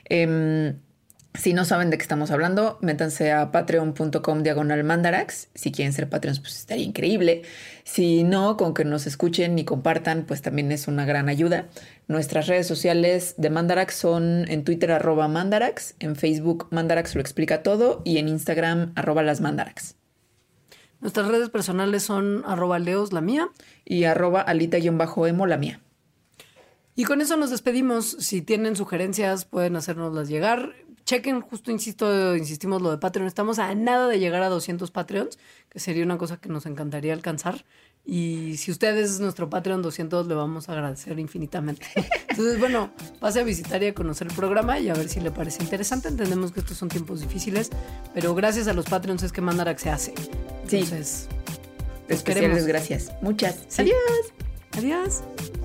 Si no saben de qué estamos hablando, métanse a patreon.com/Mandarax. Si quieren ser Patreons, pues estaría increíble. Si no, con que nos escuchen y compartan, pues también es una gran ayuda. Nuestras redes sociales de Mandarax son en Twitter @Mandarax, en Facebook Mandarax lo explica todo y en Instagram @lasmandarax.
Nuestras redes personales son @leos, la mía.
Y @alita_emo, la mía.
Y con eso nos despedimos. Si tienen sugerencias, pueden hacérnoslas llegar. Chequen, justo insistimos lo de Patreon. Estamos a nada de llegar a 200 Patreons, que sería una cosa que nos encantaría alcanzar. Y si usted es nuestro Patreon 200, le vamos a agradecer infinitamente. Entonces, bueno, pase a visitar y a conocer el programa y a ver si le parece interesante. Entendemos que estos son tiempos difíciles, pero gracias a los Patreons es que Mandarax se hace. Entonces,
sí. Especiales gracias. Muchas.
Sí.
Adiós.
Adiós.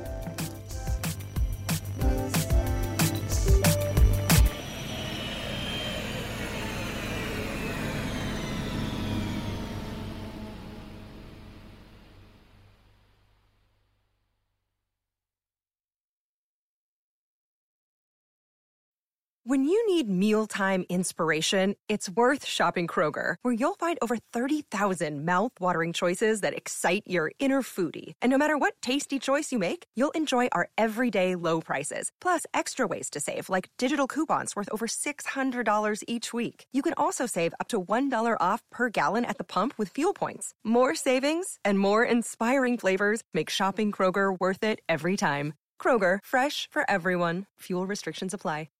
When you need mealtime inspiration, it's worth shopping Kroger, where you'll find over 30,000 mouth-watering choices that excite your inner foodie. And no matter what tasty choice you make, you'll enjoy our everyday low prices, plus extra ways to save, like digital coupons worth over $600 each week. You can also save up to $1 off per gallon at the pump with fuel points. More savings and more inspiring flavors make shopping Kroger worth it every time. Kroger, fresh for everyone. Fuel restrictions apply.